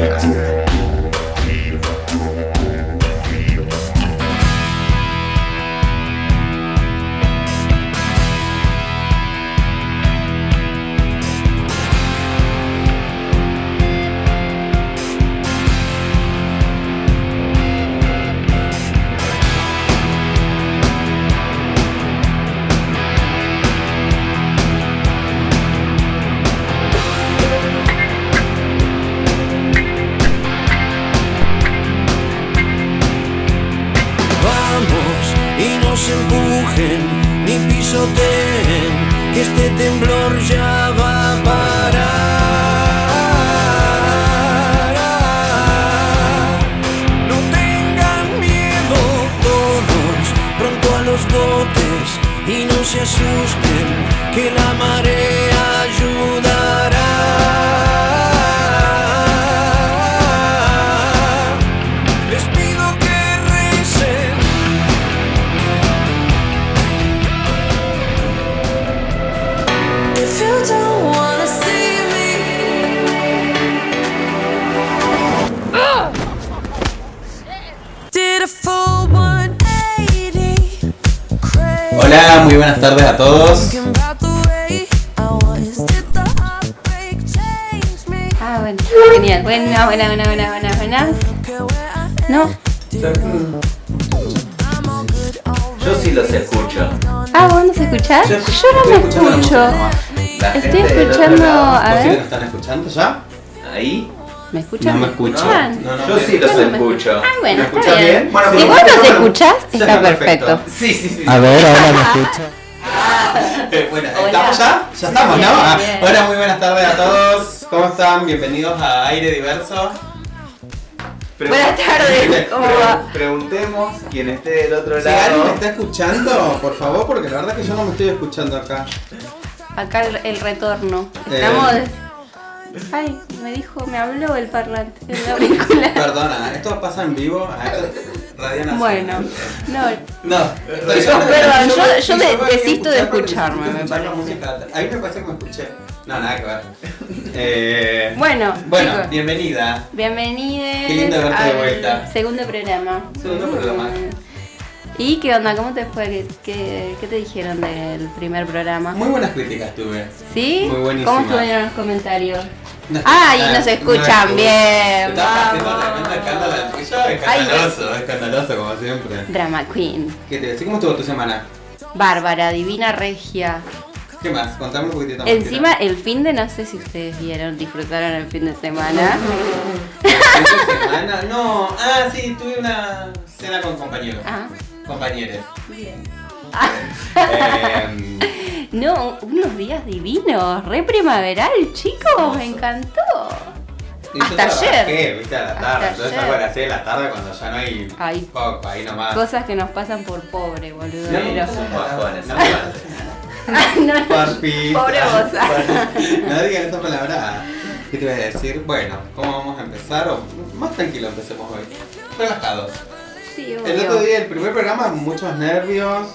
Hola, muy buenas tardes a todos. Bueno, genial. Buenas. ¿No? Yo sí los escucho. ¿Vos nos escuchás? Yo no me escucho. Estoy escuchando, a ver. ¿Nos están escuchando ya? ¿Ahí? ¿Me escuchan? No me escucho. No, yo sí los escucho. Bueno, ¿Me está escuchas bien. bien? Bueno, Si vos nos escuchás, ya está perfecto. Sí. A ver, ahora me escucha. Bueno, Hola. ¿estamos ya? Ya estamos, Bien, ¿no? bien. Hola, muy buenas tardes a todos. ¿Cómo están? Bienvenidos a Aire Diverso. Buenas tardes, ¿cómo va? Preguntemos quién esté del otro Si alguien me lado. está escuchando, por favor, porque la verdad es que yo no me estoy escuchando acá. Acá el retorno. Estamos. Ay, me habló el parlante en la auricular. Perdona, esto pasa en vivo. Radio Nacional. Bueno, no. Perdón, yo desisto de escucharme, me parece. Ahí me parece que me escuché. No, nada que ver. Bueno, chicos, bienvenida. bienvenidos. Qué lindo verte de vuelta. Segundo programa. Segundo programa. ¿Y qué onda? ¿Cómo te fue? ¿Qué te dijeron del primer programa? Muy buenas críticas tuve. ¿Sí? Muy buenísimas. ¿Cómo estuvieron los comentarios? No, ¡Ay, nos escuchan bien! Estaba haciendo ¡Vamos! tremendo escándalo. Escandaloso como siempre. Drama Queen. ¿Qué te decís? ¿Cómo estuvo tu semana? Bárbara, divina regia. ¿Qué más? Contame un poquitito más. Encima, el fin de, no sé si ustedes vieron, disfrutaron el fin de semana. ¿El fin de semana? No. Sí, tuve una cena con compañeros. Compañeros. Bien. Eh, No, unos días divinos, re primaveral, chicos, me encantó. y yo Hasta trabajé, ayer. viste, a la tarde. Hasta Entonces ayer. salgo a las 6 de la tarde cuando ya no hay Hay poco, ahí nomás. cosas que nos pasan por pobre, boludo. No, Pero- Son bajones. No, Papi. pobre vos. No digan esa palabra. ¿Qué te voy a decir? Bueno, ¿cómo vamos a empezar? Más tranquilo empecemos hoy. Relajados. Sí, El obvio. otro día, el primer programa, muchos nervios.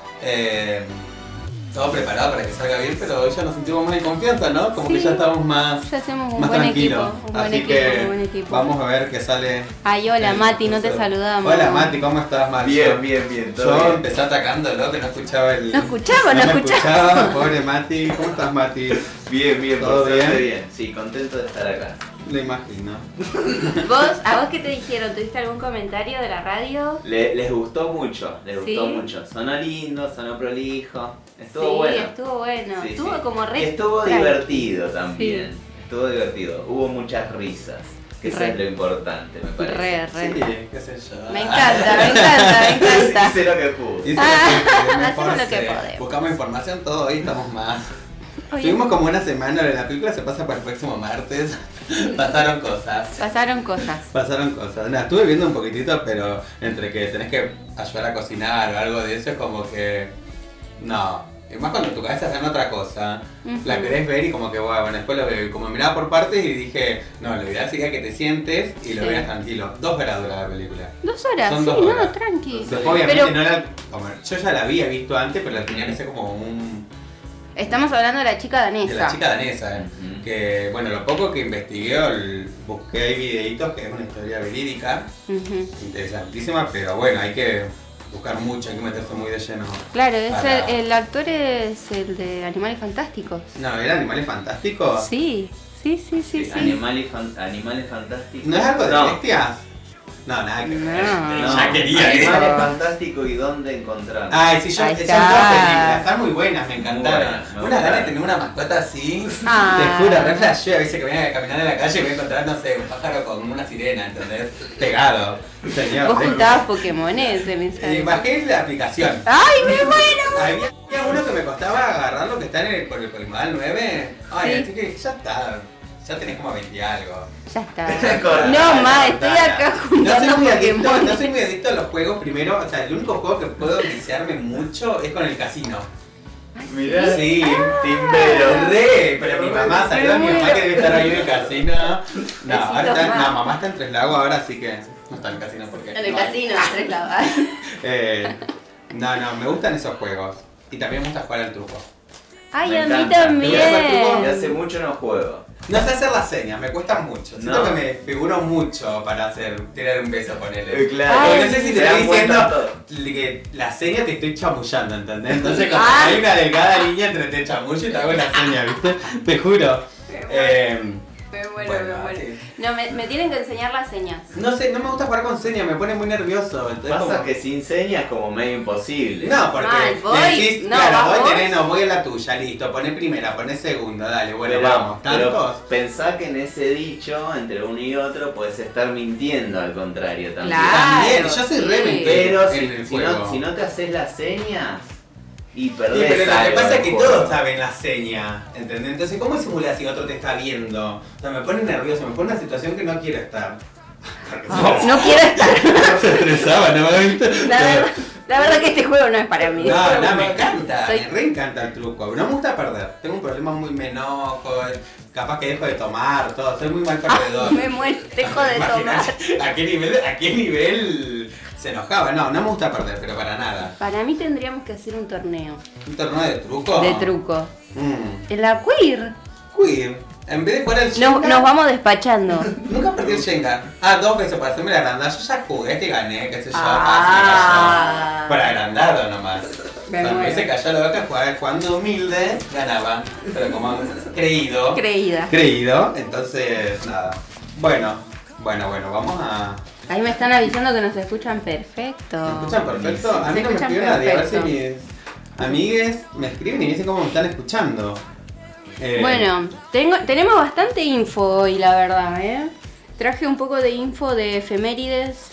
Todo preparado para que salga bien, pero hoy ya nos sentimos más en confianza, ¿no? Como que Sí. ya estamos más, Ya hacemos un más buen tranquilos. equipo. Un buen Así equipo, que un buen equipo. vamos a ver qué sale. Ay, hola el Mati, no te episodio. saludamos. Hola Mati, ¿cómo estás, Mati? Bien. Yo Todo bien. empecé atacándolo, que no escuchaba el... No escuchaba, no no me escuchaba. escuchaba, pobre Mati. ¿Cómo estás, Mati? Bien, ¿Todo por suerte bien? bien. Sí, contento de estar acá. Lo imagino. ¿A vos qué te dijeron? ¿Tuviste algún comentario de la radio? Les gustó mucho, ¿Sí? Sonó lindo, sonó prolijo. Estuvo Sí, bueno. estuvo bueno. Sí, Estuvo sí. como re Estuvo tranqui. divertido también. Estuvo divertido. Hubo muchas risas. Que eso Re. es lo importante, me parece. Re. Sí, qué sé yo. Me encanta. Hice lo que pude. Hice Hacemos me lo que esforcé. podemos. Buscamos información, todo hoy estamos más. Oye, Tuvimos como una semana de la película, se pasa para el próximo martes. Pasaron cosas. pasaron cosas. Pasaron cosas. Nada, estuve viendo un poquitito, pero entre que tenés que ayudar a cocinar o algo de eso es como que. No. Y más cuando tu cabeza está en otra cosa, la querés ver y como que bueno, después lo veo. Y como miraba por partes y dije, no, lo ideal sería que te sientes y lo Sí. veas tranquilo. 2 horas dura la película. 2 horas, Son sí, 2 horas. no, tranqui. Después obviamente Pero no la. Como, yo ya la había visto antes, pero la tenía que ser como un. estamos hablando de la chica De la danesa. chica danesa, Ujú. Que, bueno, lo poco que investigué, busqué ahí videitos, que es una historia verídica, interesantísima, pero bueno, hay que buscar mucho, hay que meterse muy de lleno. Claro, el actor es el de Animales Fantásticos. No, ¿era Animales Fantásticos? Sí. Animales Fantásticos. ¿No es algo de bestias? No, nada que ver. No. Ya quería Animales eso. Fantásticos y dónde encontrarlos. Ay, sí, Ahí son está. todas películas, están muy buenas, me encantaron. Muy buenas, me Una gana de gustaron. tener una mascota así, Ah. te juro, re flasheo, a veces que voy a caminar en la calle y voy a encontrar, no sé, un pájaro con una sirena, ¿entendés? Pegado. Señor. Vos juntabas Pokémones en esa. Bajé la aplicación. ¡Ay, me muero! Había uno que me costaba agarrar lo que está por el Polimodal 9. Ay, Sí. así que ya está. Ya tenés como 20 y algo. Ya está. Corta. No más, estoy acá juntando no Pokémon. soy muy adicto a los juegos. Primero, o sea, el único juego que puedo viciarme mucho es con el casino. Mirá, Sí, Timbero. pero mi mamá salió a mi mamá que debe estar ahí en el casino. No, ahora está, no, mamá está en Tres Lagos ahora, así que no está en el casino porque. En el no. casino, tres lados. No, me gustan esos juegos. Y también me gusta jugar al truco. Ay, Me a mí encanta. también. Y hace mucho no juego. No sé hacer las señas, me cuesta mucho. Siento No. que me figuro mucho para tirar un beso, ponele. Claro. Ay, No sé si te Se dan estoy cuenta diciendo todo. que la seña te estoy chamullando, ¿entendés? Entonces como Ah. hay una delgada línea entre te chamullo y te hago la seña, ¿viste? Te juro. Me muero, Bueno, me muero. sí. No, me tienen que enseñar las señas. No sé, no me gusta jugar con señas, me pone muy nervioso. Entonces Pasa como- que sin señas es como medio imposible. No, porque Mal, voy. le decís, No, claro, vas voy, vos. tenés, no, voy en la tuya, listo, poné primera, poné segunda, dale, bueno, pero, vamos, pero ¿tantos? pensá que en ese dicho, entre uno y otro, puedes estar mintiendo al contrario también. Claro. También, yo soy re sí. mentira. Pero en el si juego. no te haces las señas y Sí, perdés pero lo que algo pasa es del que juego. todos saben la seña, ¿entendés? Entonces, ¿cómo simular si otro te está viendo? O sea, me pone nervioso, me pone en una situación que no quiero estar. No quiero estar. Se estresaba, ¿no? ¿Viste? La verdad que este juego no es para mí. No, me encanta, Soy- me re encanta el truco. No me gusta perder, tengo un problema muy me enojo, capaz que dejo de tomar, todo, soy muy mal perdedor. Me muero, dejo de tomar. Imagínate ¿A qué nivel se enojaba? No me gusta perder, pero para nada. Para mí tendríamos que hacer un torneo ¿Un torneo de truco? de truco. Mm. En la queer. Queer. En vez de jugar al Shenga, Nos vamos despachando. nunca perdí el Shenga. 2 veces para hacerme la agrandada. Yo ya jugué, te gané, qué sé yo. Ah. Así, para agrandado nomás. Me Cuando muero. se cayó la boca, jugando humilde, ganaba. Pero como creído. Creída. Entonces, nada. Bueno, vamos a... Ahí me están avisando que nos escuchan perfecto. ¿Me escuchan perfecto? A mí Se no me escuchan escriben nadie, a ver si perfecto. mis amigues me escriben y me dicen cómo me están escuchando. Bueno, tenemos bastante info hoy, la verdad, ¿eh? Traje un poco de info de efemérides.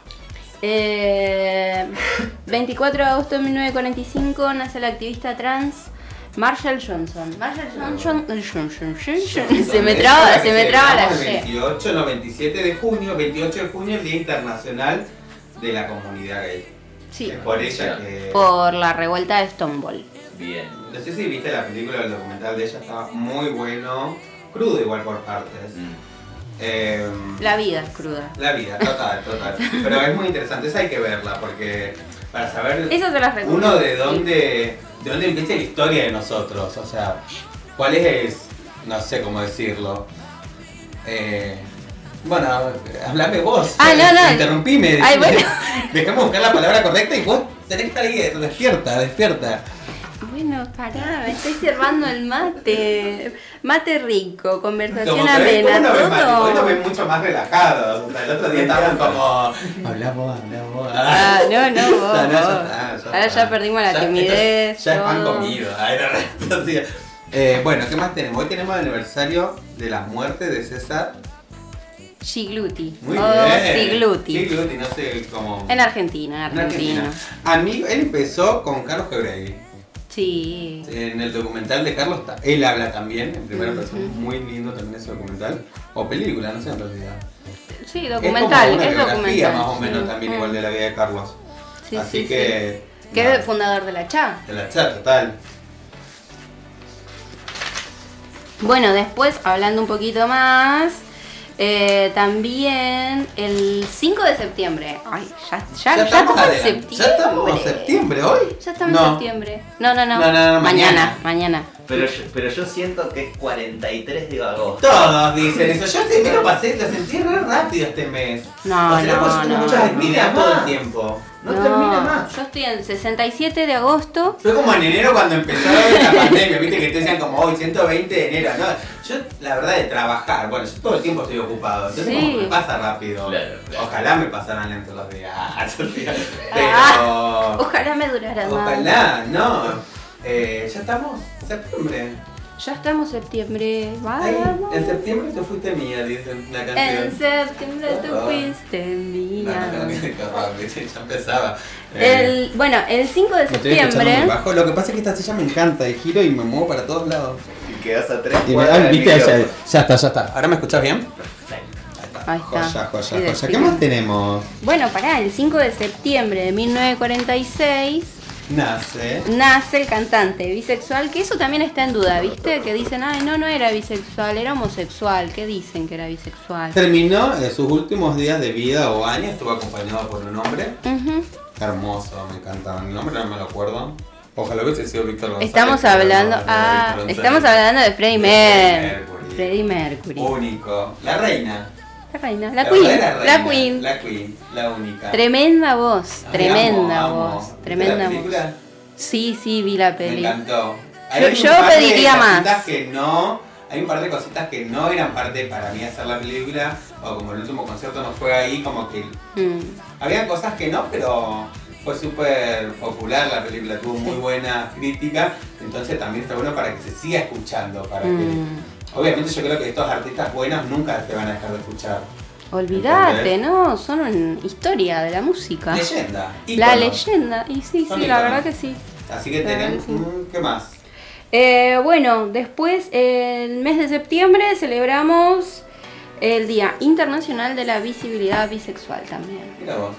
24 de agosto de 1945 nace la activista trans Marshall Johnson. Se me traba la Y. 27 de junio, el Día Internacional de la Comunidad Gay. Sí, Es por ella que... por la revuelta de Stonewall. Bien. No sé si viste la película o el documental de ella, estaba muy bueno, crudo igual por partes. La vida es cruda. La vida, total. Pero es muy interesante, esa hay que verla porque para saber Eso se las recomiendo. uno de dónde empieza la historia de nosotros, o sea, cuál es, no sé cómo decirlo. Bueno, hablame vos. Ah, no. Interrumpime. Ay, bueno. Dejame buscar la palabra correcta y vos tenés que estar ahí, despierta. Bueno, pará, me estoy sirvando el mate. Mate rico, conversación Como que ves, amena, ¿cómo nos ves, Mati? Hoy nos todo. ven mucho más relajados. O sea, el otro día estábamos como... Hablamos. Ah, no, vos. No, ya vos. está. Ahora ya perdimos la timidez. Ya es pan todo. comido. Ay, no. Entonces, bueno, ¿qué más tenemos? Hoy tenemos el aniversario de la muerte de César. Gigluti. Muy o bien. Sigluti. Sigluti, no sé cómo... En Argentina, En Argentina. Amigo, él empezó con Carlos Jauregui. Sí. En el documental de Carlos, él habla también, en primera persona, muy lindo también ese documental. O película, no sé en realidad. Sí, Es documental, como una es biografía documental. más o menos Sí. también igual de la vida de Carlos. Sí, Así sí, que... Que nada, es el fundador de la CHA. de la chat, total. Bueno, después, hablando un poquito más, También el 5 de septiembre. Ay, ya estamos en adelante. septiembre. ¿Ya estamos en septiembre hoy? Ya estamos en septiembre. No, mañana. Pero yo siento que es 43 de agosto. Todos dicen eso. Yo este mes lo sentí re rápido este mes. No, o sea, no. muchas actividades todo el tiempo. No termina más. Yo estoy en 67 de agosto. Fue como en enero cuando empezó la pandemia, viste que te decían como hoy 120 de enero, ¿no? Yo, la verdad, de trabajar, bueno, yo todo el tiempo estoy ocupado, entonces como me pasa rápido. Claro. Ojalá me pasaran lentos los días, pero... Ojalá me durara más. Ojalá, no. Ya estamos, septiembre. Ya estamos en septiembre. Ay, en septiembre tú fuiste mía, dice una canción. En septiembre tú fuiste mía. No, ya empezaba. Bueno, el 5 de septiembre. Lo que pasa es que esta silla me encanta y giro y me muevo para todos lados. Y quedas a 3 ¿Viste? Ya está. ¿Ahora me escuchás bien? Perfecto. Ahí está. Joya. ¿Qué más tenemos? Bueno, el 5 de septiembre de 1946 nace el cantante bisexual, que eso también está en duda, ¿viste? Que dicen, ay, no era bisexual, era homosexual. ¿Qué dicen que era bisexual? Terminó sus últimos días de vida o años, estuvo acompañado por un hombre. Hermoso, me encantaba. El nombre no me lo acuerdo. Ojalá hubiese sido Víctor González. Estamos hablando de Freddie Mercury. Único. La reina. La Queen. La única. Tremenda voz. Amo. Tremenda voz. Película? Sí, vi la peli. Me encantó. Yo pediría más. Hay un par de cositas que no eran parte para mí hacer la película, o como el último concierto no fue ahí, como que había cosas que no, pero fue súper popular la película, tuvo muy buena crítica, entonces también está bueno para que se siga escuchando, para que obviamente yo creo que estos artistas buenos nunca te van a dejar de escuchar. Olvídate, ¿no? Son una historia de la música. Leyenda. La leyenda, y sí, la verdad que sí. Así que tenemos, ¿qué más? Bueno, después el mes de septiembre celebramos el Día Internacional de la Visibilidad Bisexual también. Mira vos.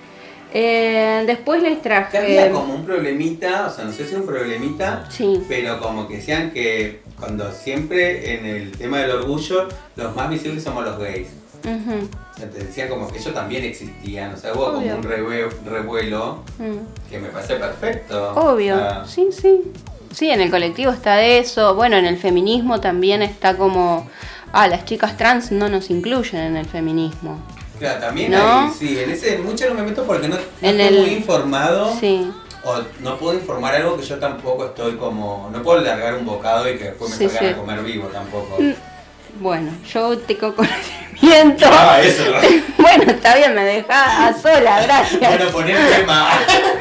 Después les traje... Había como un problemita, o sea, no sé si un problemita, sí, pero como que decían que cuando siempre en el tema del orgullo, los más visibles somos los gays. O sea, te decían como que ellos también existían, o sea, hubo como un revuelo que me parece perfecto. Obvio, sí. Sí, en el colectivo está eso, bueno, en el feminismo también está como, las chicas trans no nos incluyen en el feminismo. Claro, también ¿no? hay, sí, en ese mucho no me meto porque no estoy muy informado. Sí. O no puedo informar algo que yo tampoco estoy como... No puedo largar un bocado y que después me salgan a comer vivo tampoco. Bueno, yo tengo conocimiento. Eso. Bueno, está bien, me dejás a sola, gracias. Bueno, poner tema.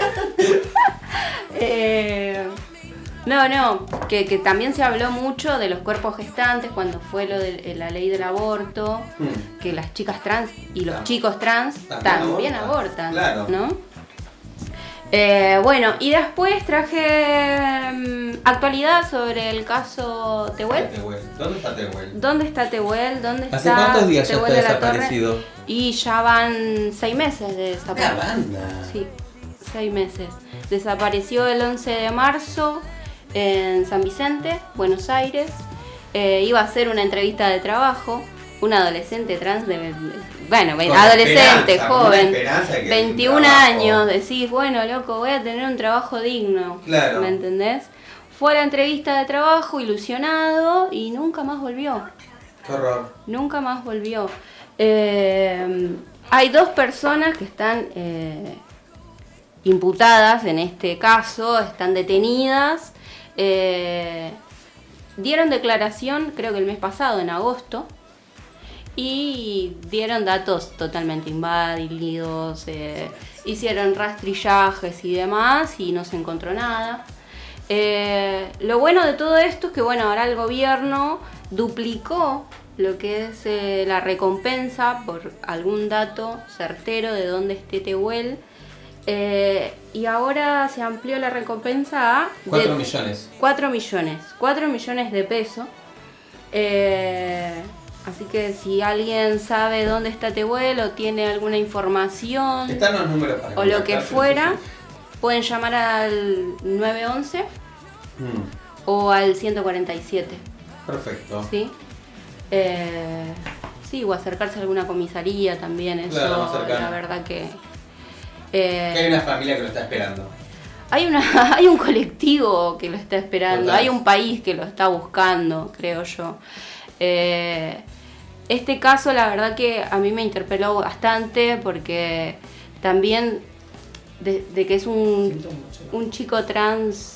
No, que también se habló mucho de los cuerpos gestantes cuando fue lo de la ley del aborto, que las chicas trans y los chicos trans también abortan, claro. ¿no? Bueno, y después traje actualidad sobre el caso Tehuel. ¿Dónde está Tehuel? ¿Hace cuántos días ya está desaparecido? Y ya van 6 meses de desaparición. ¡Una banda! Sí, 6 meses. Desapareció el 11 de marzo en San Vicente, Buenos Aires. Iba a hacer una entrevista de trabajo. Un adolescente trans adolescente, joven, 21 años, decís, bueno, loco, voy a tener un trabajo digno, claro. ¿Me entendés? Fue a la entrevista de trabajo ilusionado y nunca más volvió. Qué horror. Nunca más volvió. Hay 2 personas que están imputadas en este caso, están detenidas. Dieron declaración, creo que el mes pasado, en agosto. Y dieron datos totalmente inválidos, hicieron rastrillajes y demás y no se encontró nada. Lo bueno de todo esto es que ahora el gobierno duplicó lo que es la recompensa por algún dato certero de dónde esté Tehuel. Y ahora se amplió la recompensa a 4 millones. 4 millones de pesos. Así que si alguien sabe dónde está Tehuel o tiene alguna información, están los números para o lo que fuera, pueden llamar al 911 o al 147. Perfecto. ¿Sí? Sí, o acercarse a alguna comisaría también, eso, Claro, más cercano. la verdad que... Que hay una familia que lo está esperando. Hay un colectivo que lo está esperando, Total. hay un país que lo está buscando, creo yo. Este caso, la verdad que a mí me interpeló bastante porque también de que es un chico trans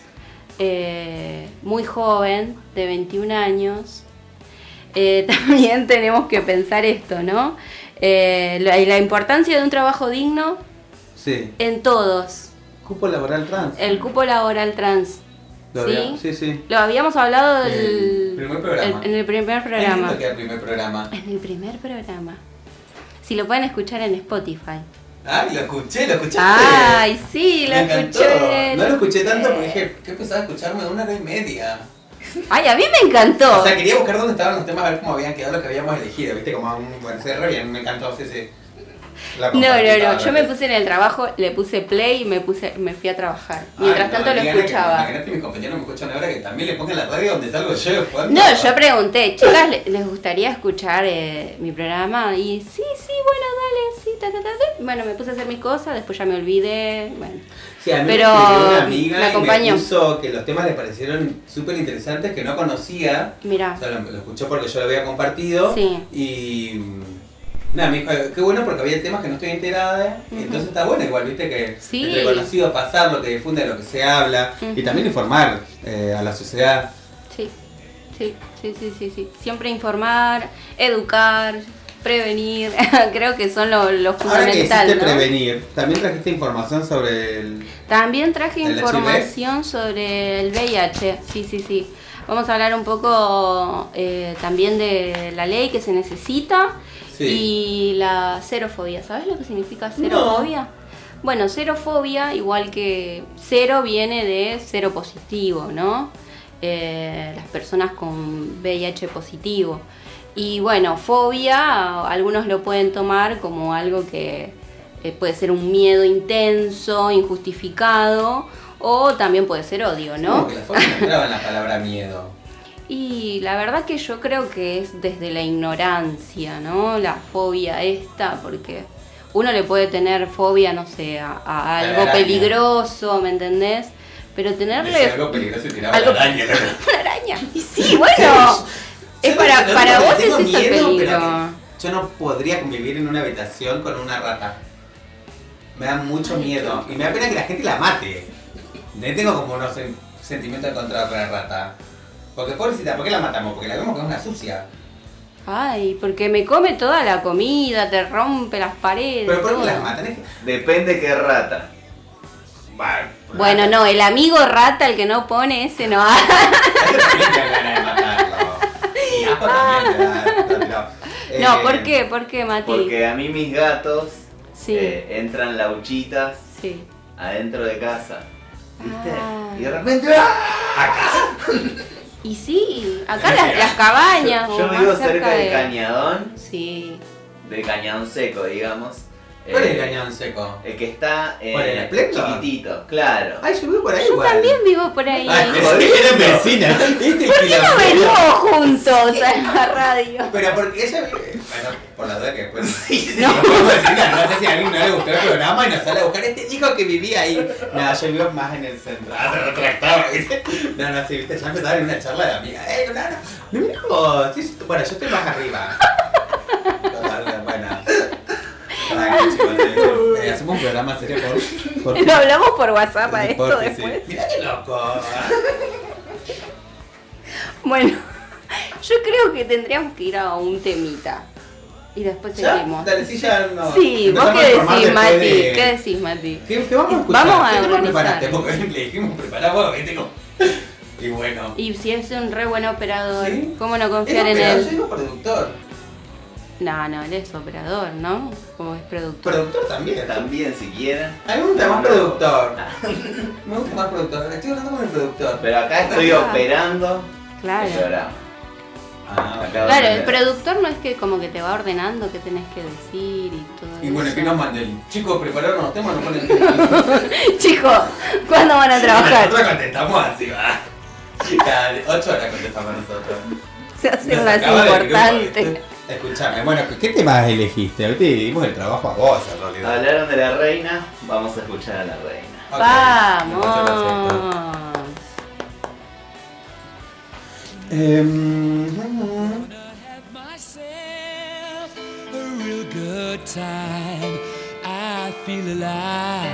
muy joven, de 21 años, también tenemos que pensar esto, ¿no? La importancia de un trabajo digno Sí. en todos. Cupo laboral trans. El cupo laboral trans. ¿Sí? Sí. Lo habíamos hablado El primer programa. en el primer Ay, programa. lindo que era el primer programa. En el primer programa. Si lo pueden escuchar en Spotify. Ay, lo escuchaste. Ay, sí, lo Me encantó. escuché. No lo escuché tanto porque dije, qué pesado escucharme 1 hora y media. Ay, a mí me encantó. O sea, quería buscar dónde estaban los temas, a ver cómo habían quedado lo que habíamos elegido, ¿viste? Como un buen re bien, me encantó, sí. La No, compartí, yo me verdad. puse en el trabajo, le puse play y me fui a trabajar. Mientras Ay, tanto no, lo díganle escuchaba. Que, imagínate, mis compañeros me escuchan ahora que también le pongan la radio donde salgo yo. ¿cuándo? No, yo pregunté, chicas, ¿les gustaría escuchar mi programa? Y sí, bueno, dale, sí, Bueno, me puse a hacer mis cosas, después ya me olvidé, bueno. Sí, a mí Pero me escribió una amiga me acompañó. y me puso que los temas le parecieron súper interesantes, que no conocía. Mirá. O sea, lo escuchó porque yo lo había compartido. Sí. Y nada, me dijo, qué bueno porque había temas que no estoy enterada. Y entonces está bueno igual, viste, que Sí. entre conocido pasar lo que difunde, lo que se habla. Y también informar a la sociedad. Sí. Siempre informar, educar, prevenir, creo que son lo Ahora que fundamental, hiciste ¿no? prevenir, también trajiste información sobre el... También traje ¿El información sobre el VIH, sí. Vamos a hablar un poco también de la ley que se necesita y la serofobia. ¿Sabes lo que significa serofobia? Bueno, serofobia, igual que cero, viene de cero positivo, ¿no? Las personas con VIH positivo. Y bueno, fobia, algunos lo pueden tomar como algo que puede ser un miedo intenso, injustificado, o también puede ser odio, ¿no? Como que la fobia no entraba en la palabra miedo. Y la verdad que yo creo que es desde la ignorancia, ¿no? La fobia esta, porque uno le puede tener fobia, no sé, a algo araña. peligroso, ¿me entendés? Pero Decía tenerle... algo peligroso y tiraba algo- la araña. Una araña. Y sí, bueno. Es para vos ese es el peligro. Yo no podría convivir en una habitación con una rata. Me da mucho miedo. Y me da pena que la gente la mate. Tengo como unos sentimientos encontrados con la rata. Porque pobrecita, ¿por qué la matamos? Porque la vemos que es una sucia. Ay, porque me come toda la comida, te rompe las paredes. Pero ¿por qué todo. las matan? Es que... Depende qué rata. Bueno, no, el amigo rata, el que no pone, ese no. A ese también te dan ganas de matarlo. Y asco también te da. No, ¿por qué? ¿Por qué, Mati? Porque a mí mis gatos Sí. entran lauchitas Sí. adentro de casa. ¿Viste? Ah. Y de repente ¡ah! Y sí, acá las cabañas. Yo o más vivo cerca de del cañadón, Sí. del cañadón seco, digamos. ¿Cuál es el cañón seco? El que está ¿Por el Esplector? chiquitito, claro. Ay, yo vivo por ahí Yo igual. también vivo por ahí. Ay, Joder. eran vecinas. ¿Viste el ¿Por qué no quilombo? venimos juntos a la radio? Pero porque ella vive... Bueno, por la duda que después... No. No podemos decir nada, no sé si a alguien no le gustó el programa y nos sale a buscar este hijo que vivía ahí. No, yo vivo más en el centro. Ah, se retractaba, ¿viste? No, sí, viste, ya empezaba en una charla de amiga. No me dijo, sí, bueno, yo estoy más arriba. Total, bueno. Tranqui, chicos, hacemos un programa serio por Lo hablamos por WhatsApp a esto por- sí. después. Mirá qué loco. Bueno, yo creo que tendríamos que ir a un temita. Y después ¿Ya? seguimos. Dale, sí, ya no. Sí, vos Empezamos qué a informar decís, después Mati. de- ¿Qué decís, Mati? ¿Qué vamos a escuchar? Vamos a ¿Qué tema organizar. preparaste? Porque le dijimos prepará vos, ¿viste? Y bueno. Y si es un re buen operador, ¿Sí? ¿cómo no confiar en Yo él? digo productor. No, él es operador, ¿no? Como es productor. Productor también. También si quieren. A mí me gusta más productor. Me gusta más productor. Estoy hablando con el productor. Pero acá estoy Ah. operando Claro. el programa. Ah, Acá Claro, va a el tener- productor no es que como que te va ordenando qué tenés que decir y todo y bueno, eso. que nos manden. Chicos, prepararon los temas, nos ponen el Chicos, ¿cuándo van a trabajar? Nosotros contestamos así, va. Cada 8 horas contestamos nosotros. Se hace Nos más acaba del grupo, importante. ¿viste? Escuchame, bueno, ¿qué temas elegiste? Ahorita dimos el trabajo a vos, en realidad. Hablaron de la reina, vamos a escuchar a la reina. Okay, me parece perfecto. ¡Vamos! Good time, I feel alive,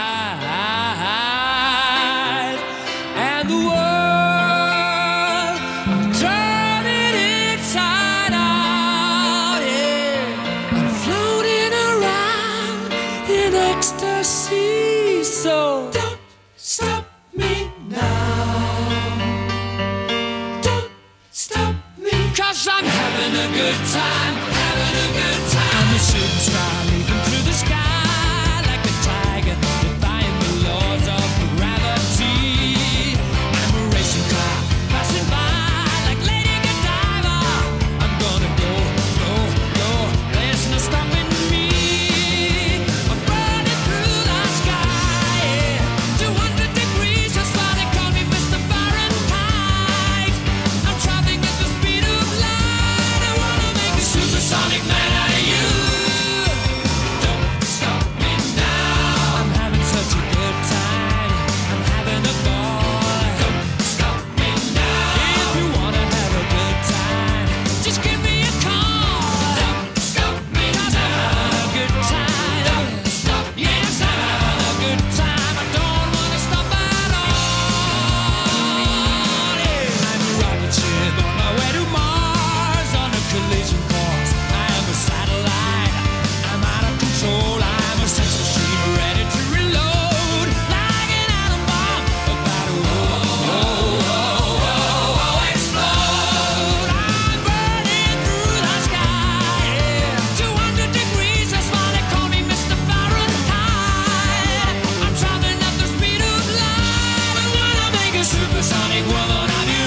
and the world I'm turning inside out, yeah. I'm floating around in ecstasy, so don't stop me now, don't stop me, 'cause I'm having a good time, having a good time. I'm a shooting star leaping through the sky like a tiger, defying the laws of gravity. I'm a racing car passing by like Lady Godiva. I'm gonna go, go, go. There's no stopping me. I'm burning through the sky, yeah. 200 degrees, that's why they call me Mr. Fahrenheit. I'm traveling at the speed of light. I wanna make a supersonic man out of you. Don't stop me now. I'm having such a good time. I'm having a ball. Don't stop me now. If you wanna have a good time, just give me a call. Don't stop me now. I'm having a good time. Don't stop. Yes, I'm having a good time. I don't wanna stop at all. Yeah. I'm a rocket ship on my way to Mars on a collision course. I am a satellite. I'm out of control. I'm a sex machine ready to reload like an atom bomb about to explode. I'm burning through the sky, yeah. 200 degrees, that's why they call me Mr. Fahrenheit. I'm traveling at the speed of light. I wanna make a supersonic woman of you.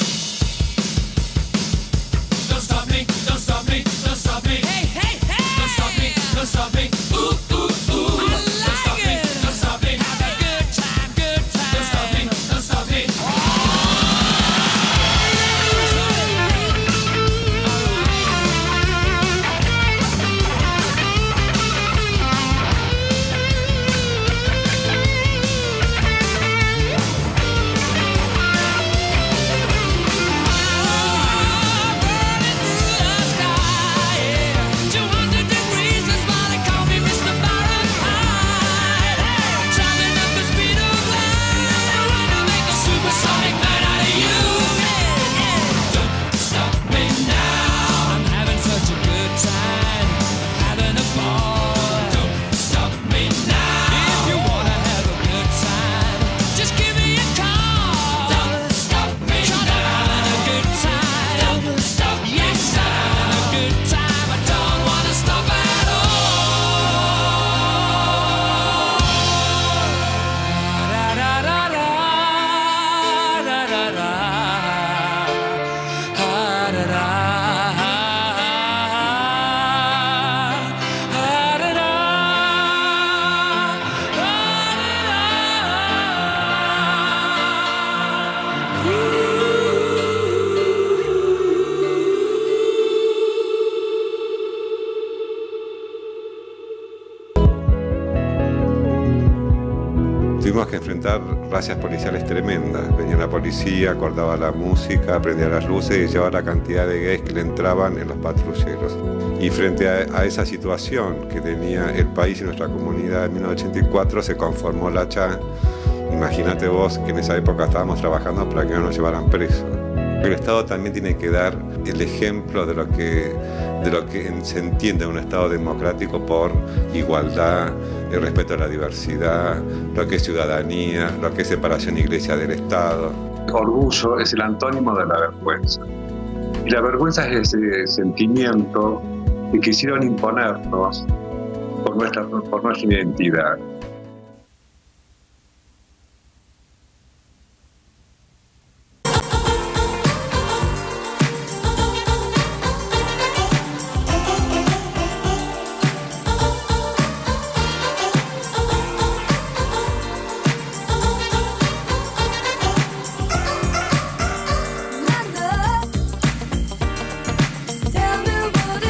Don't stop me, don't stop me, don't stop me. Hey, hey, hey! Don't stop me, don't stop me. Ooh, ooh, ooh. I like it. Don't stop me, have a good time, good time. Don't stop me, don't stop me. Tuvimos que enfrentar razzias policiales tremendas. Venía la policía, cortaba la música, prendía las luces y llevaba la cantidad de gays que le entraban en los patrulleros. Y frente a esa situación que tenía el país y nuestra comunidad en 1984 se conformó la CHA. Imagínate vos que en esa época estábamos trabajando para que no nos llevaran presos. El Estado también tiene que dar el ejemplo de lo que se entiende un Estado democrático por igualdad, el respeto a la diversidad, lo que es ciudadanía, lo que es separación iglesia del Estado. Orgullo es el antónimo de la vergüenza. Y la vergüenza es ese sentimiento que quisieron imponernos por nuestra identidad. Tell me what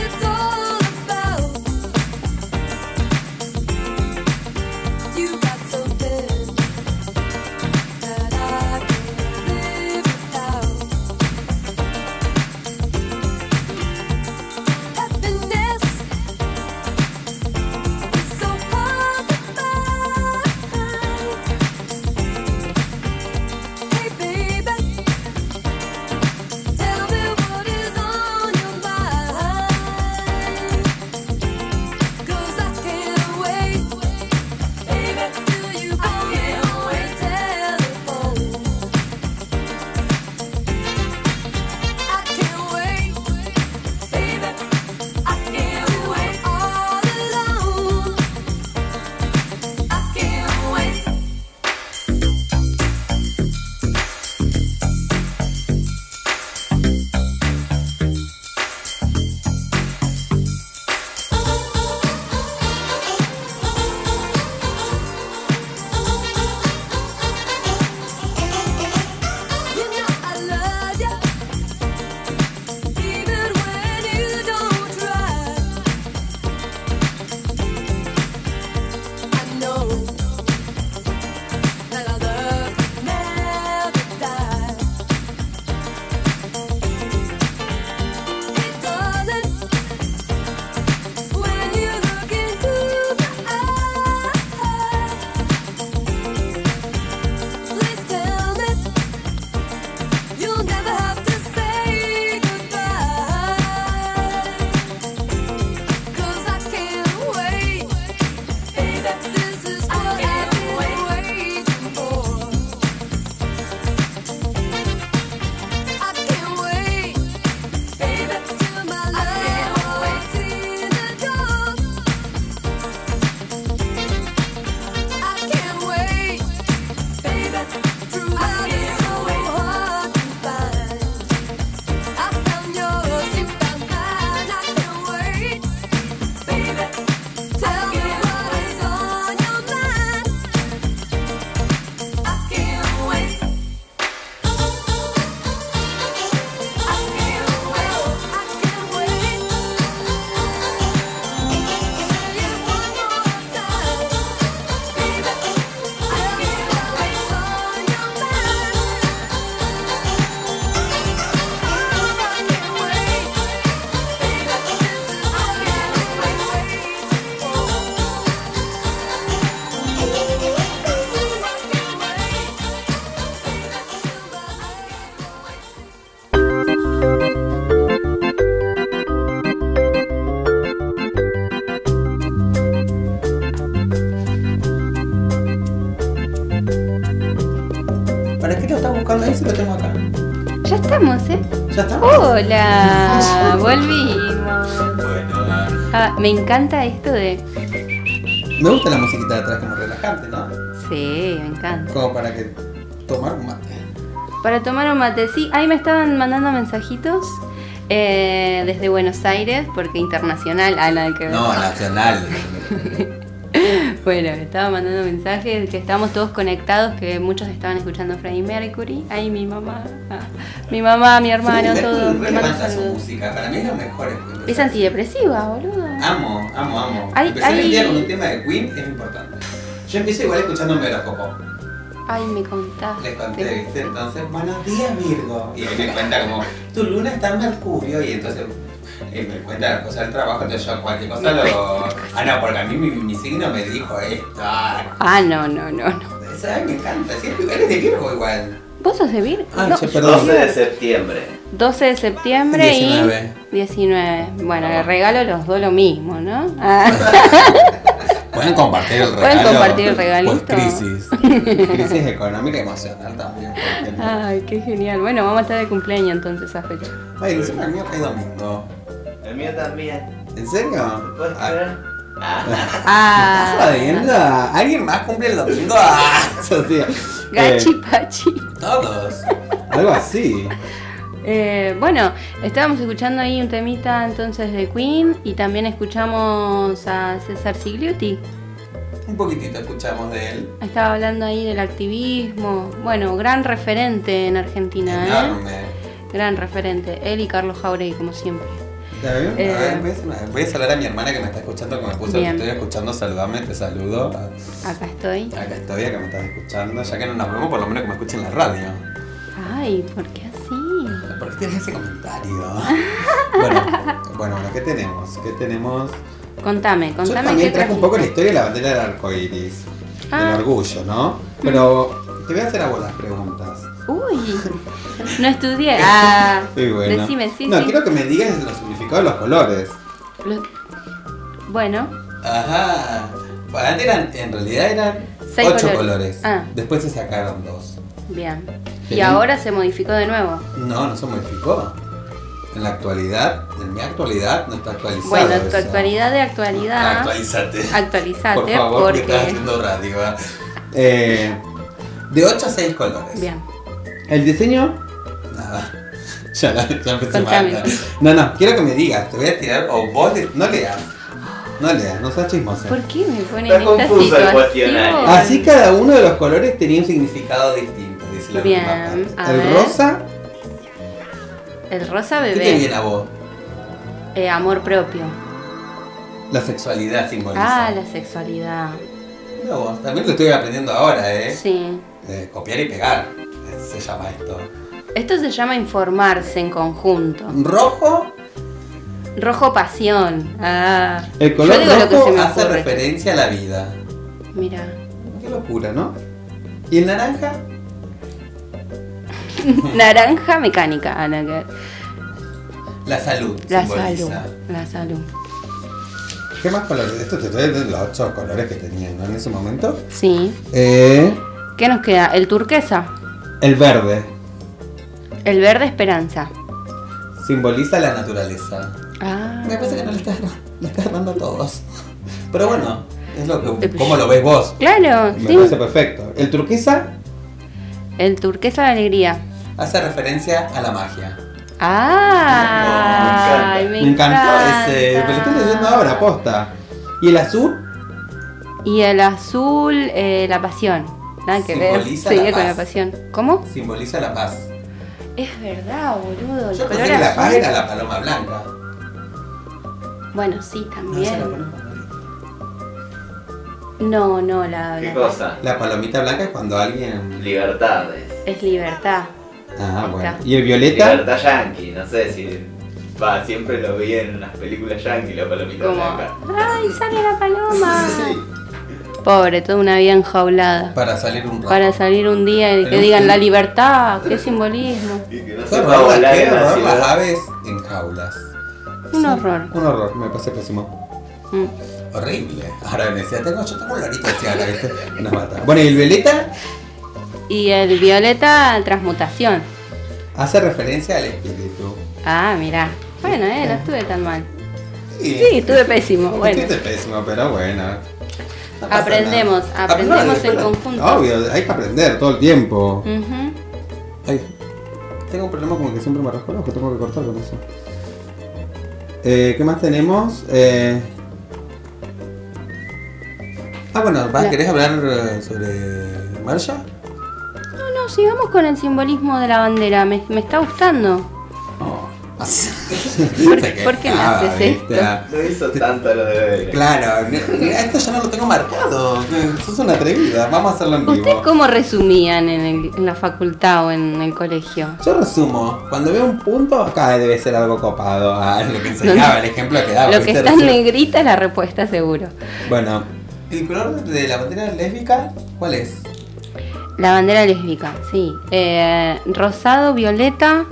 cuando dice lo tengo acá. Ya estamos, ¿eh? ¿Ya estamos? Hola, volvimos. Bueno, Me encanta esto de... me gusta la musiquita de atrás como relajante, ¿no? Sí, me encanta. Como para que tomar un mate. Para tomar un mate, sí. Ahí me estaban mandando mensajitos desde Buenos Aires, porque internacional, nada que ver. No, nacional. Bueno, me estaban mandando mensajes que estábamos todos conectados, que muchos estaban escuchando Freddie Mercury. Ahí mi mamá, mi hermano, todo. Me Te mando encanta su saludos. música, para mí es lo mejor. Es antidepresiva, boludo. Amo. Ay, Empezar el ay. día con un tema de Queen es importante. Yo empiezo igual escuchando mi horóscopo. Ay, me contaste. Les conté, ¿viste? Entonces, buenos días, Virgo. Y ahí me cuenta como, tu luna está en Mercurio. Y entonces me cuenta las cosas del trabajo. Entonces yo cualquier cosa lo... Ah, no, porque a mí mi signo me dijo esto. No. Eso a mí me encanta. Siempre eres de Virgo igual. ¿Vos sos de Virgo? Ah, No, che, perdón. 12 de septiembre. 12 de septiembre 19. y 19. Bueno, le regalo los dos lo mismo, ¿no? Pueden compartir el regalo. Pueden compartir el regalito. Pues crisis económica y emocional también. ¿Por qué no? Ay, qué genial. Bueno, vamos a estar de cumpleaños entonces esa fecha. Ay, encima el mío cae domingo. El mío también. ¿En serio? ¿Puedes Ah, creer? ¿estás jodiendo? ¿Alguien más cumple el domingo? Eso sí. Gachi Pachi. Todos. Algo así. Bueno, estábamos escuchando ahí un temita entonces de Queen y también escuchamos a César Sigliuti. Un poquitito escuchamos de él. Estaba hablando ahí del activismo. Bueno, gran referente en Argentina, Enorme. Gran referente. Él y Carlos Jauregui, como siempre. ¿Está bien? A ver, voy a saludar a mi hermana que me está escuchando, que me puso, Bien. estoy escuchando, saludame, te saludo. Acá estoy. Acá estoy, acá me estás escuchando, ya que no nos vemos, por lo menos que me escuchen en la radio. Ay, ¿por qué así? ¿Por qué tienes ese comentario? bueno, ¿qué tenemos? Contame Yo qué también traje un poco la trajiste. historia de la bandera del arco iris. Ah. Del orgullo, ¿no? Pero te voy a hacer a vos las preguntas. Uy, no estudié. Sí, bueno. Decime, sí, No, sí. quiero que me digas los significados de los colores. Bueno, Ajá. Antes en realidad eran 6 8 colores. colores. Ah. Después se sacaron 2. bien. Y Bien. ahora se modificó de nuevo. No se modificó. En la actualidad, en mi actualidad, no está actualizado. Bueno, tu eso. actualidad de actualidad. Actualízate. Actualizate, Por favor, porque estás porque. haciendo radio. De 8 a 6 colores. Bien. El diseño, nada. Ya empecé Contame. mal. No, quiero que me digas. Te voy a tirar, o vos no leas. No seas chismosa. ¿Por qué me ponen Está esta confuso el situación? cuestionario. Así cada uno de los colores tenía un significado distinto, dice la Bien, primera parte. a El ver. rosa, El rosa ¿qué te bebé. viene a vos? Amor propio. La sexualidad simboliza. La sexualidad. Mira vos, también lo estoy aprendiendo ahora, Sí. Copiar y pegar, se llama esto. Esto se llama informarse en conjunto. Rojo, Rojo pasión. el color Yo digo lo que rojo se me hace ocurre. referencia a la vida. Mira. Qué locura, ¿no? ¿Y el naranja? Naranja mecánica. Ana, que- La salud. La simboliza. salud. La salud. ¿Qué más colores? Esto te estoy de los 8 colores que tenían, ¿no? En ese momento. Sí. Eh, ¿Qué nos queda? El turquesa. el verde. El verde esperanza. Simboliza la naturaleza. Me parece que no le estás dando a todos. Pero bueno, es lo que, ¿cómo lo ves vos? Claro, Me sí. parece perfecto. El turquesa El turquesa de alegría. hace referencia a la magia. Me Me encantó ese. Me lo estoy leyendo ahora, posta. ¿Y el azul? Y el azul, la pasión. Nada que ver. Simboliza Sigue la con la paz. pasión. ¿Cómo? Simboliza la paz. Es verdad, boludo. El Yo color pensé que la paz azul. era la paloma blanca. Bueno, sí, No, también. esa es la paloma blanca. No, la ¿Qué cosa? La palomita blanca es cuando alguien. Libertades. es libertad. Ah, Ahí bueno. está. ¿Y el violeta? Libertad yankee, no sé si. Siempre lo vi en las películas yankee, la palomita Como, blanca. ¡ay, sale la paloma! Sí. Pobre, toda una vida enjaulada. Para salir un rato. Para salir un día y que Pero digan sí. la libertad, qué simbolismo. Y que no Qué sepa horror, volar qué en la horror las ciudad. aves en jaulas. Un horror. Un horror, me parece pésimo. Mm. Horrible. Ahora me decía, yo tengo un lorito de cigarro, ¿viste? Nos mata. Bueno, ¿y el violeta? Y el violeta, transmutación. Hace referencia al espíritu. Ah, mirá. Bueno, no estuve tan mal. Sí, estuve pésimo. Bueno, Estuviste pésimo, pero bueno. No pasa aprendemos nada. aprendemos en Pero, conjunto. Obvio, hay que aprender todo el tiempo. Ujú. Ay, tengo un problema como que siempre me rasco el ojo, tengo que cortar con eso. ¿Qué más tenemos? Bueno, ¿querés hablar sobre Marcha? No, sigamos con el simbolismo de la bandera. Me está gustando. No. ¿Por qué me haces esto? No hizo tanto lo de ver. Claro, esto ya no lo tengo marcado. Sos una atrevida, vamos a hacerlo en vivo. ¿Ustedes cómo resumían en la facultad o en el colegio? Yo resumo, cuando veo un punto, acá debe ser algo copado. Lo que enseñaba, el ejemplo que daba. Lo que ¿viste? está en negrita es la respuesta seguro. Bueno, ¿el color de la bandera lésbica cuál es? La bandera lésbica, sí. Rosado, violeta.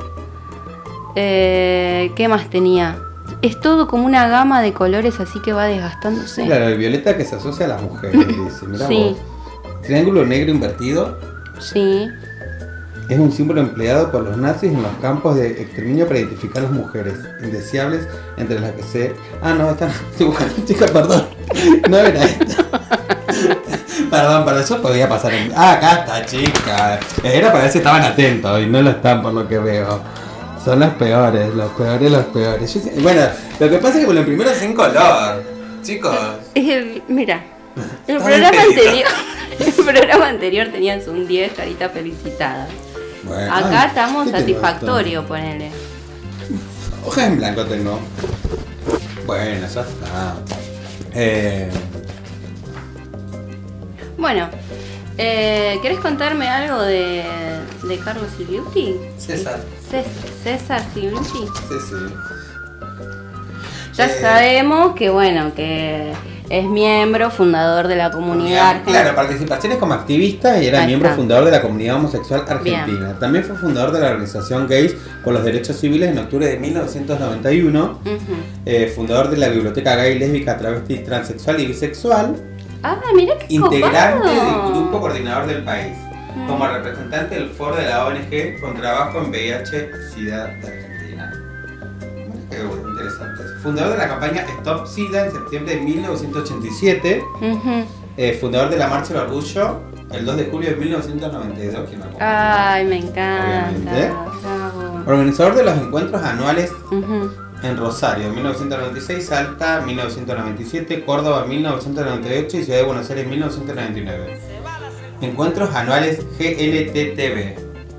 ¿Qué más tenía? Es todo como una gama de colores, así que va desgastándose. Claro, el violeta que se asocia a las mujeres, dice. Mirá Sí. vos. Triángulo negro invertido Sí. es un símbolo empleado por los nazis en los campos de exterminio para identificar a las mujeres indeseables, entre las que se... no, están dibujando, chica, perdón. No era esto. Perdón, eso podía pasar en... acá está, chica. Era para ver si estaban atentos y no lo están por lo que veo. Son los peores. Bueno, lo que pasa es que por lo primero es sin color. Chicos. Mira, el Está programa bien pedido. anterior. El programa anterior tenías un 10, carita felicitada. Bueno, Acá estamos ¿qué tengo satisfactorio, ponele. esto? Hojas en blanco tengo. Bueno, ya está. Bueno, ¿querés contarme algo de Carlos Silviuti? César. César Silviuti. Sí. Ya sabemos que, bueno, que es miembro fundador de la comunidad argentina. Claro, participaciones como activista y era Ahí miembro está. fundador de la comunidad homosexual argentina. Bien. También fue fundador de la organización Gays por los Derechos Civiles en octubre de 1991. Ujú. Fundador de la Biblioteca Gay, Lésbica, Travesti, Transexual y Bisexual. Ah, mira qué Integrante copado. del grupo coordinador del país. Como representante del foro de la ONG con trabajo en VIH-Sida de Argentina. Mira qué interesante. Fundador de la campaña Stop SIDA en septiembre de 1987. Ujú. Fundador de la Marcha del Orgullo el 2 de julio de 1992. ¿Quién me acuerdo? Ay, me encanta. Obviamente. Bravo. Organizador de los encuentros anuales Ujú. en Rosario, 1996, Salta, 1997, Córdoba, 1998 y Ciudad de Buenos Aires, 1999. Encuentros anuales GLTTB.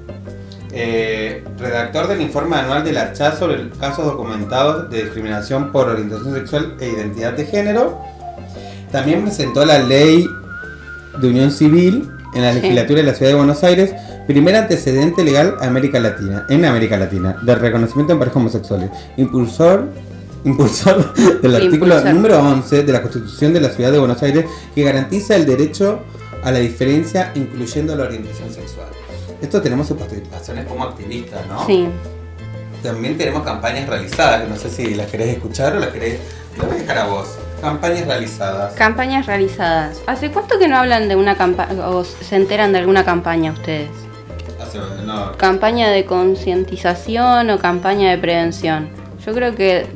Redactor del informe anual de la CHA sobre casos documentados de discriminación por orientación sexual e identidad de género. También presentó la ley de unión civil en la legislatura de la Ciudad de Buenos Aires, primer antecedente legal en América Latina, del reconocimiento en parejas homosexuales. Impulsor del artículo número 11 de la Constitución de la Ciudad de Buenos Aires, que garantiza el derecho a la diferencia, incluyendo la orientación sexual. Esto tenemos en participaciones como activistas, ¿no? Sí. También tenemos campañas realizadas, que no sé si las querés escuchar o las querés... Lo voy a dejar a vos. Campañas realizadas. Campañas realizadas. ¿Hace cuánto que no hablan de una campaña o se enteran de alguna campaña ustedes? No, ¿Campaña de concientización o campaña de prevención? Yo creo que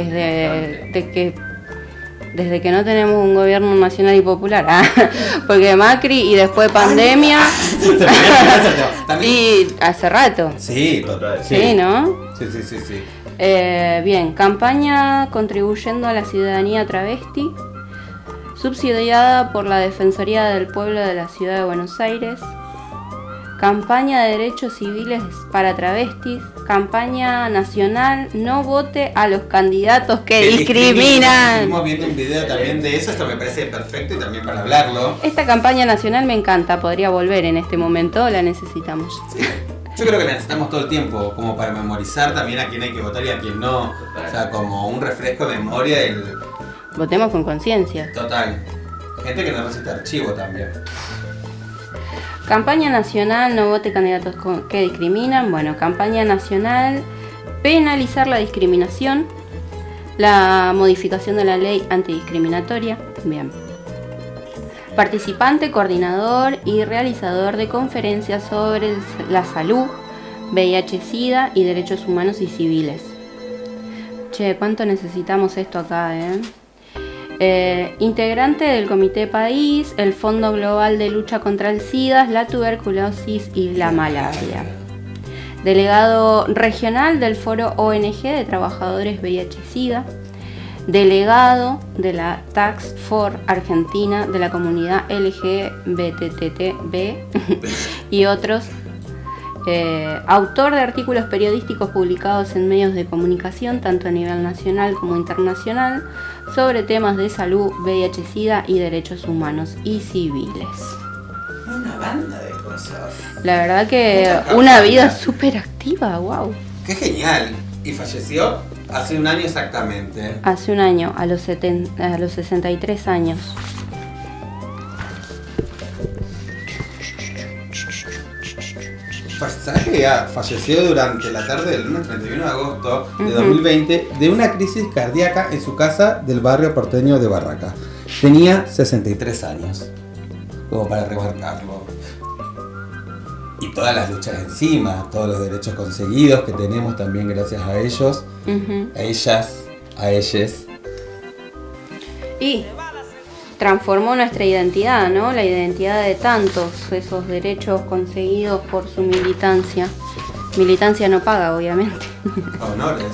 desde que no tenemos un gobierno nacional y popular, porque Macri y después pandemia y hace rato. Sí, total. Sí, ¿no? Sí. Bien, campaña contribuyendo a la ciudadanía travesti, subsidiada por la Defensoría del Pueblo de la Ciudad de Buenos Aires. Campaña de derechos civiles para travestis. Campaña nacional, no vote a los candidatos que discriminan. Estuvimos viendo un video también de eso, esto me parece perfecto y también para hablarlo. Esta campaña nacional me encanta, podría volver en este momento, la necesitamos. Sí. Yo creo que la necesitamos todo el tiempo, como para memorizar también a quién hay que votar y a quién no. O sea, como un refresco de memoria del... Votemos con conciencia. Total. Gente que no resiste archivo también. Campaña nacional, no vote candidatos que discriminan. Bueno, campaña nacional, penalizar la discriminación, la modificación de la ley antidiscriminatoria. Bien. Participante, coordinador y realizador de conferencias sobre la salud, VIH-Sida y derechos humanos y civiles. Che, ¿cuánto necesitamos esto acá, integrante del Comité País, el Fondo Global de Lucha contra el SIDA, la tuberculosis y la malaria. Delegado regional del Foro ONG de Trabajadores VIH-Sida. Delegado de la Task Force Argentina de la comunidad LGBTB y otros. Autor de artículos periodísticos publicados en medios de comunicación, tanto a nivel nacional como internacional, sobre temas de salud, VIH-Sida y derechos humanos y civiles. Una banda de cosas. La verdad que una vida súper activa, wow. Qué genial. Y falleció hace un año exactamente. Hace un año, a los 63 años. ¿Sabes que ella falleció durante la tarde del lunes 31 de agosto de 2020 de una crisis cardíaca en su casa del barrio porteño de Barraca? Tenía 63 años, como para remarcarlo. Y todas las luchas encima, todos los derechos conseguidos que tenemos también gracias a ellos, a ellas, a ellos. Y transformó nuestra identidad, ¿no? La identidad de tantos, esos derechos conseguidos por su militancia. Militancia no paga, obviamente. Honores.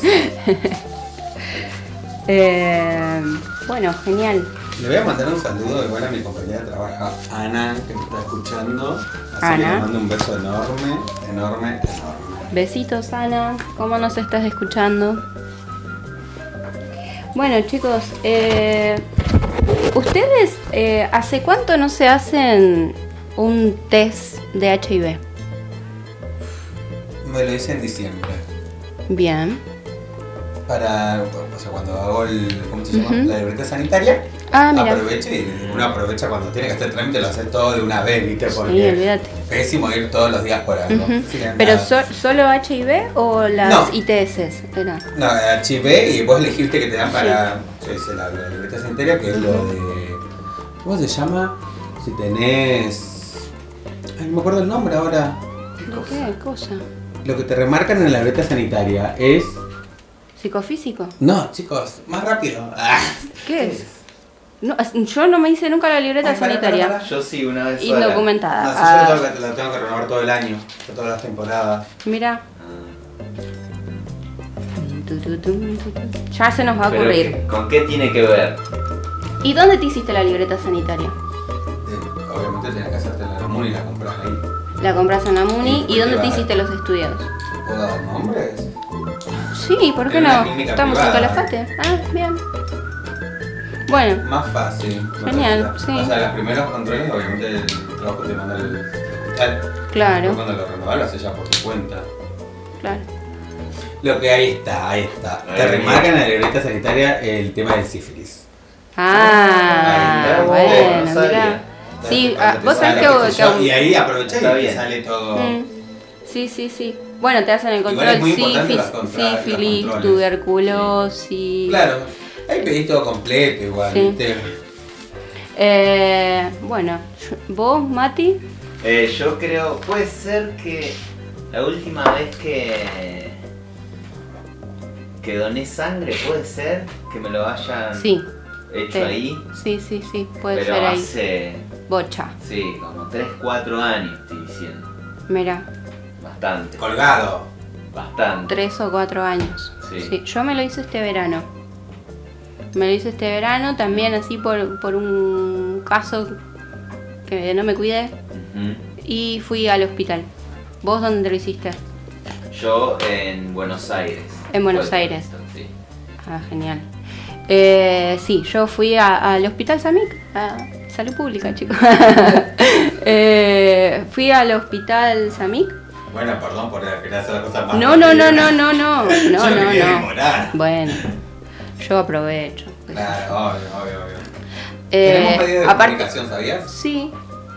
Bueno, genial. Le voy a mandar un saludo igual a mi compañera de trabajo, Ana, que me está escuchando. Así Ana. que le mando un beso enorme, enorme, enorme. Besitos, Ana. ¿Cómo nos estás escuchando? Bueno, chicos, ¿ustedes hace cuánto no se hacen un test de HIV? Me lo hice en diciembre. Bien. Para, o sea, cuando hago ¿cómo se llama? La libreta sanitaria, Mira. aproveche y uno aprovecha cuando tiene que hacer trámite, lo hace todo de una vez, ¿viste? Porque Sí, olvídate. pésimo ir todos los días por algo. Así que ¿Pero nada. solo HIV o las No. ITS? Era. No, HIV y vos elegiste que te dan para yo hice la libreta sanitaria, que es lo de... ¿Cómo se llama? Si tenés... Ay, no me acuerdo el nombre ahora. ¿Qué cosa? Lo que te remarcan en la libreta sanitaria es... ¿Psicofísico? No, chicos, más rápido. Ah. ¿Qué es? No, yo no me hice nunca la libreta Ay, pará, sanitaria. pará, pará. Yo sí, una vez sola. Indocumentada. No, si yo la tengo que renovar todo el año, todas las temporadas. Mira. Ah. Ya se nos va a Pero ocurrir. ¿con qué tiene que ver? ¿Y dónde te hiciste la libreta sanitaria? Obviamente tenés que hacerte la Muni y la compras ahí. La compras en la Muni. Sí, ¿Y dónde te privada. hiciste los estudios? ¿Puedo dar nombres? Sí, ¿por qué En una no? clínica Estamos en privada. Calafate. Ah, bien. Bueno, Más fácil. Genial, resulta. sí. O sea, los primeros controles, obviamente, el trabajo te manda el hospital. claro, Pero cuando lo renovás, lo haces ya por tu cuenta. claro. Lo que ahí está. Ahí Te bien. remarcan en la libreta sanitaria el tema del sífilis. Ah, Ahí, bueno, no sabía. mira. Sí, Cuando te vos sabés sale, que... qué sé yo, y ahí aprovechás y Está te bien. sale todo. Sí, sí, sí. Bueno, te hacen el Igual control es muy importante los sífilis, controles. tuberculosis. Claro, ahí pedís todo completo igual, Sí. ¿viste? Bueno, ¿vos, Mati? Yo creo, puede ser que la última vez que doné sangre, puede ser que me lo hayan Sí. hecho Sí. ahí. Sí, sí, sí, puede Pero ser ahí. hace, Bocha, sí, como 3, 4 años estoy diciendo. mira, Bastante, Colgado. bastante. 3 o 4 años. Sí. Yo me lo hice este verano. Me lo hice este verano también así por un caso que no me cuidé Ujú. y fui al hospital. ¿Vos dónde te lo hiciste? Yo en Buenos Aires. En Buenos Fue Aires. esto, sí. Ah, genial. Sí, yo fui al Hospital Samic, a Salud Pública, chicos. Fui al Hospital Samic. Bueno, perdón por querer hacer la cosa más. No. Yo me quería no. demorar. Bueno, yo aprovecho. Claro, obvio. Tenemos pedido de aparte, comunicación, ¿sabías? sí.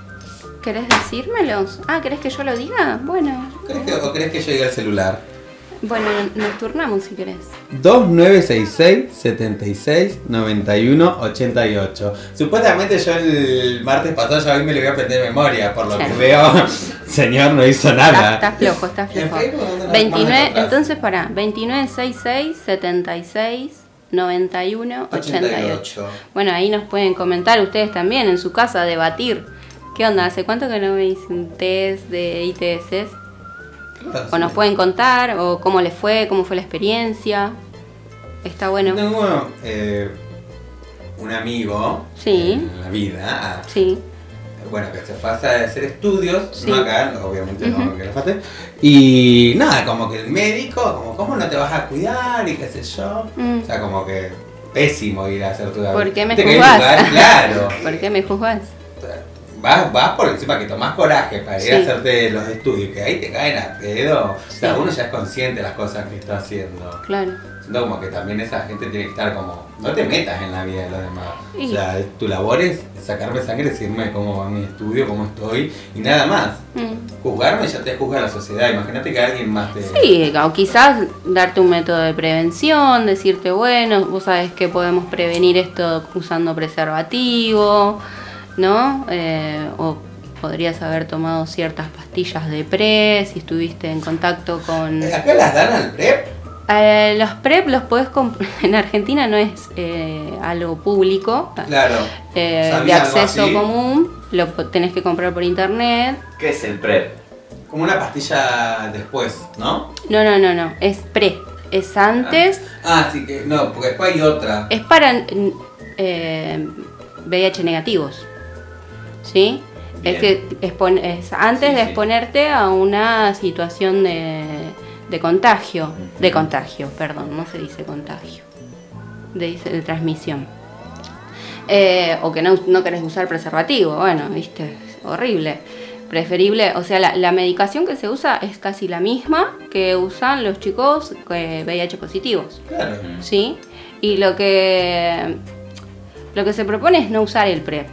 ¿Querés decírmelos? Ah, ¿querés que yo lo diga? Bueno. ¿O crees que yo diga el celular? Bueno, nos turnamos si querés. 2966-7691-88. Supuestamente yo el martes pasado ya hoy me lo voy a aprender de memoria, por lo que veo, señor, no hizo nada. Está flojo, está flojo. ¿En Facebook dónde nos 29, podemos encontrar? entonces pará, 2966-7691-88. Bueno, ahí nos pueden comentar ustedes también en su casa, debatir. ¿Qué onda? ¿Hace cuánto que no me hice un test de ITS? O nos pueden contar, o cómo les fue, cómo fue la experiencia. Está bueno. Tengo un amigo Sí. en la vida, Sí. bueno, que se fue a hacer estudios, Sí. no acá, obviamente Ujú. no que lo falte, y nada, como que el médico, como cómo no te vas a cuidar y qué sé yo, Mm. o sea, como que pésimo ir a hacer tu ¿Por qué me Te querés juzgás? jugar, claro. ¿Por qué me juzgás? Vas por encima que tomás coraje para ir Sí. a hacerte los estudios, que ahí te caen a pedo. O sea, Sí. uno ya es consciente de las cosas que está haciendo. Claro. Siento como que también esa gente tiene que estar como, no te metas en la vida de los demás. Sí. O sea, tu labor es sacarme sangre, decirme cómo va mi estudio, cómo estoy y nada más. Juzgarme ya te juzga la sociedad. Imagínate que alguien más te... Sí, o quizás darte un método de prevención, decirte, bueno, vos sabés que podemos prevenir esto usando preservativo, ¿no? O podrías haber tomado ciertas pastillas de PrEP si estuviste en contacto con... ¿Acá las dan al PrEP? Los PrEP los podés comprar, en Argentina no es algo público, Claro. de Sabía algo acceso así. común, lo tenés que comprar por internet. ¿Qué es el PrEP? Como una pastilla después, ¿no? No, es PrEP, es antes, Sí que no, porque después hay otra. es para VIH negativos, ¿sí? Bien. Es que es antes Sí, de sí. exponerte a una situación de contagio, perdón, no se dice contagio, de transmisión. O que no querés usar preservativo, bueno, viste, es horrible. Preferible, o sea, la medicación que se usa es casi la misma que usan los chicos VIH positivos, Claro. ¿sí? Y lo que se propone es no usar el PrEP.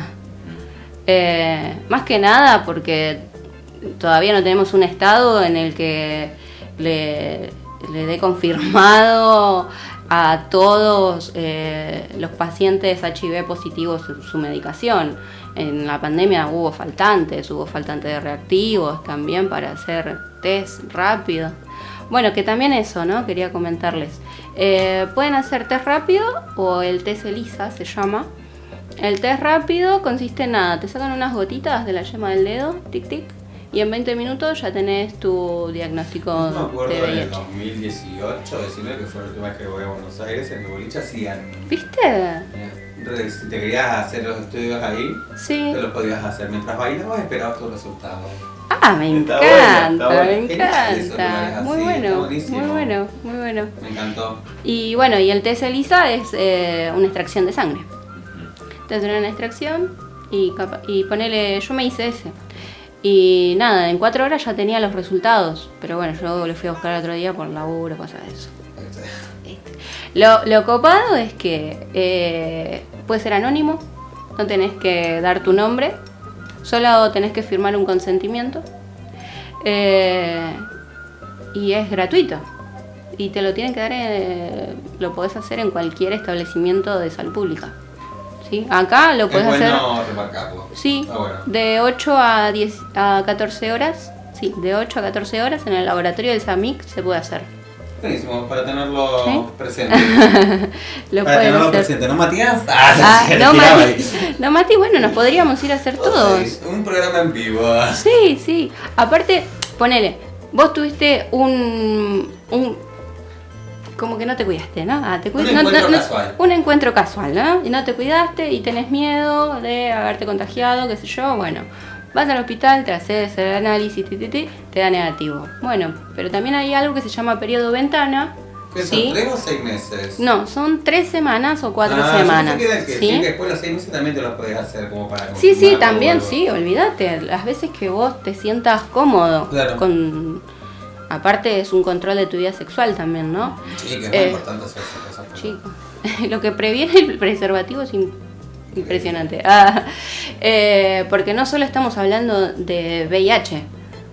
Más que nada porque todavía no tenemos un estado en el que le dé confirmado a todos los pacientes HIV positivos su medicación. En la pandemia hubo faltantes de reactivos también para hacer test rápido. Bueno, que también eso, ¿no? Quería comentarles. Pueden hacer test rápido o el test ELISA se llama. El test rápido consiste en nada, te sacan unas gotitas de la yema del dedo, tic tic, y en 20 minutos ya tenés tu diagnóstico No me acuerdo de en el VIH. 2018, decime que fue la última vez que voy a Buenos Aires, en el boliche hacían. ¿Viste? Si te querías hacer los estudios ahí, Sí. te los podías hacer. Mientras bailabas esperabas tu resultado. Ah, me Está encanta, bueno, está me bueno. Genial esos lugares encanta. así, Muy está bueno, buenísimo. muy bueno. Me encantó. Y bueno, y el test ELISA es una extracción de sangre. Te hacen una extracción y ponele, yo me hice ese. Y nada, en 4 horas ya tenía los resultados. Pero bueno, yo lo fui a buscar otro día por laburo, cosas de eso. Lo copado es que puede ser anónimo, no tenés que dar tu nombre, solo tenés que firmar un consentimiento. Y es gratuito. Y te lo tienen que dar, lo podés hacer en cualquier establecimiento de salud pública. ¿Sí? Acá lo podés es hacer. bueno remarcarlo. Sí, Bueno. de 8 a 14 horas. Sí, de 8 a 14 horas en el laboratorio del SAMIC se puede hacer. Buenísimo, para tenerlo ¿Sí? presente. Lo Para pueden tenerlo hacer. presente, ¿no, Matías? Ah, no, tiraba Mati, ahí. no, Mati, bueno, nos podríamos ir a hacer todos. Un programa en vivo. Sí, sí. Aparte, ponele, vos tuviste un como que no te cuidaste, ¿no? Un encuentro casual. Un encuentro casual, ¿no? Y no te cuidaste y tenés miedo de haberte contagiado, qué sé yo, bueno. Vas al hospital, te haces el análisis, te da negativo. Bueno, pero también hay algo que se llama periodo ventana. ¿Qué son, ¿Sí? 3 o 6 meses? No, son 3 semanas o 4 Yo semanas. pensé que era que ¿Sí? sí, que después de los 6 meses también te los podés hacer como para Sí, sí, confirmar también, o algo. sí, olvídate. Las veces que vos te sientas cómodo. Claro. Aparte es un control de tu vida sexual también, ¿no? Sí, que es muy importante hacer esas cosas. por Chico, lo que previene el preservativo es impresionante. Porque no solo estamos hablando de VIH,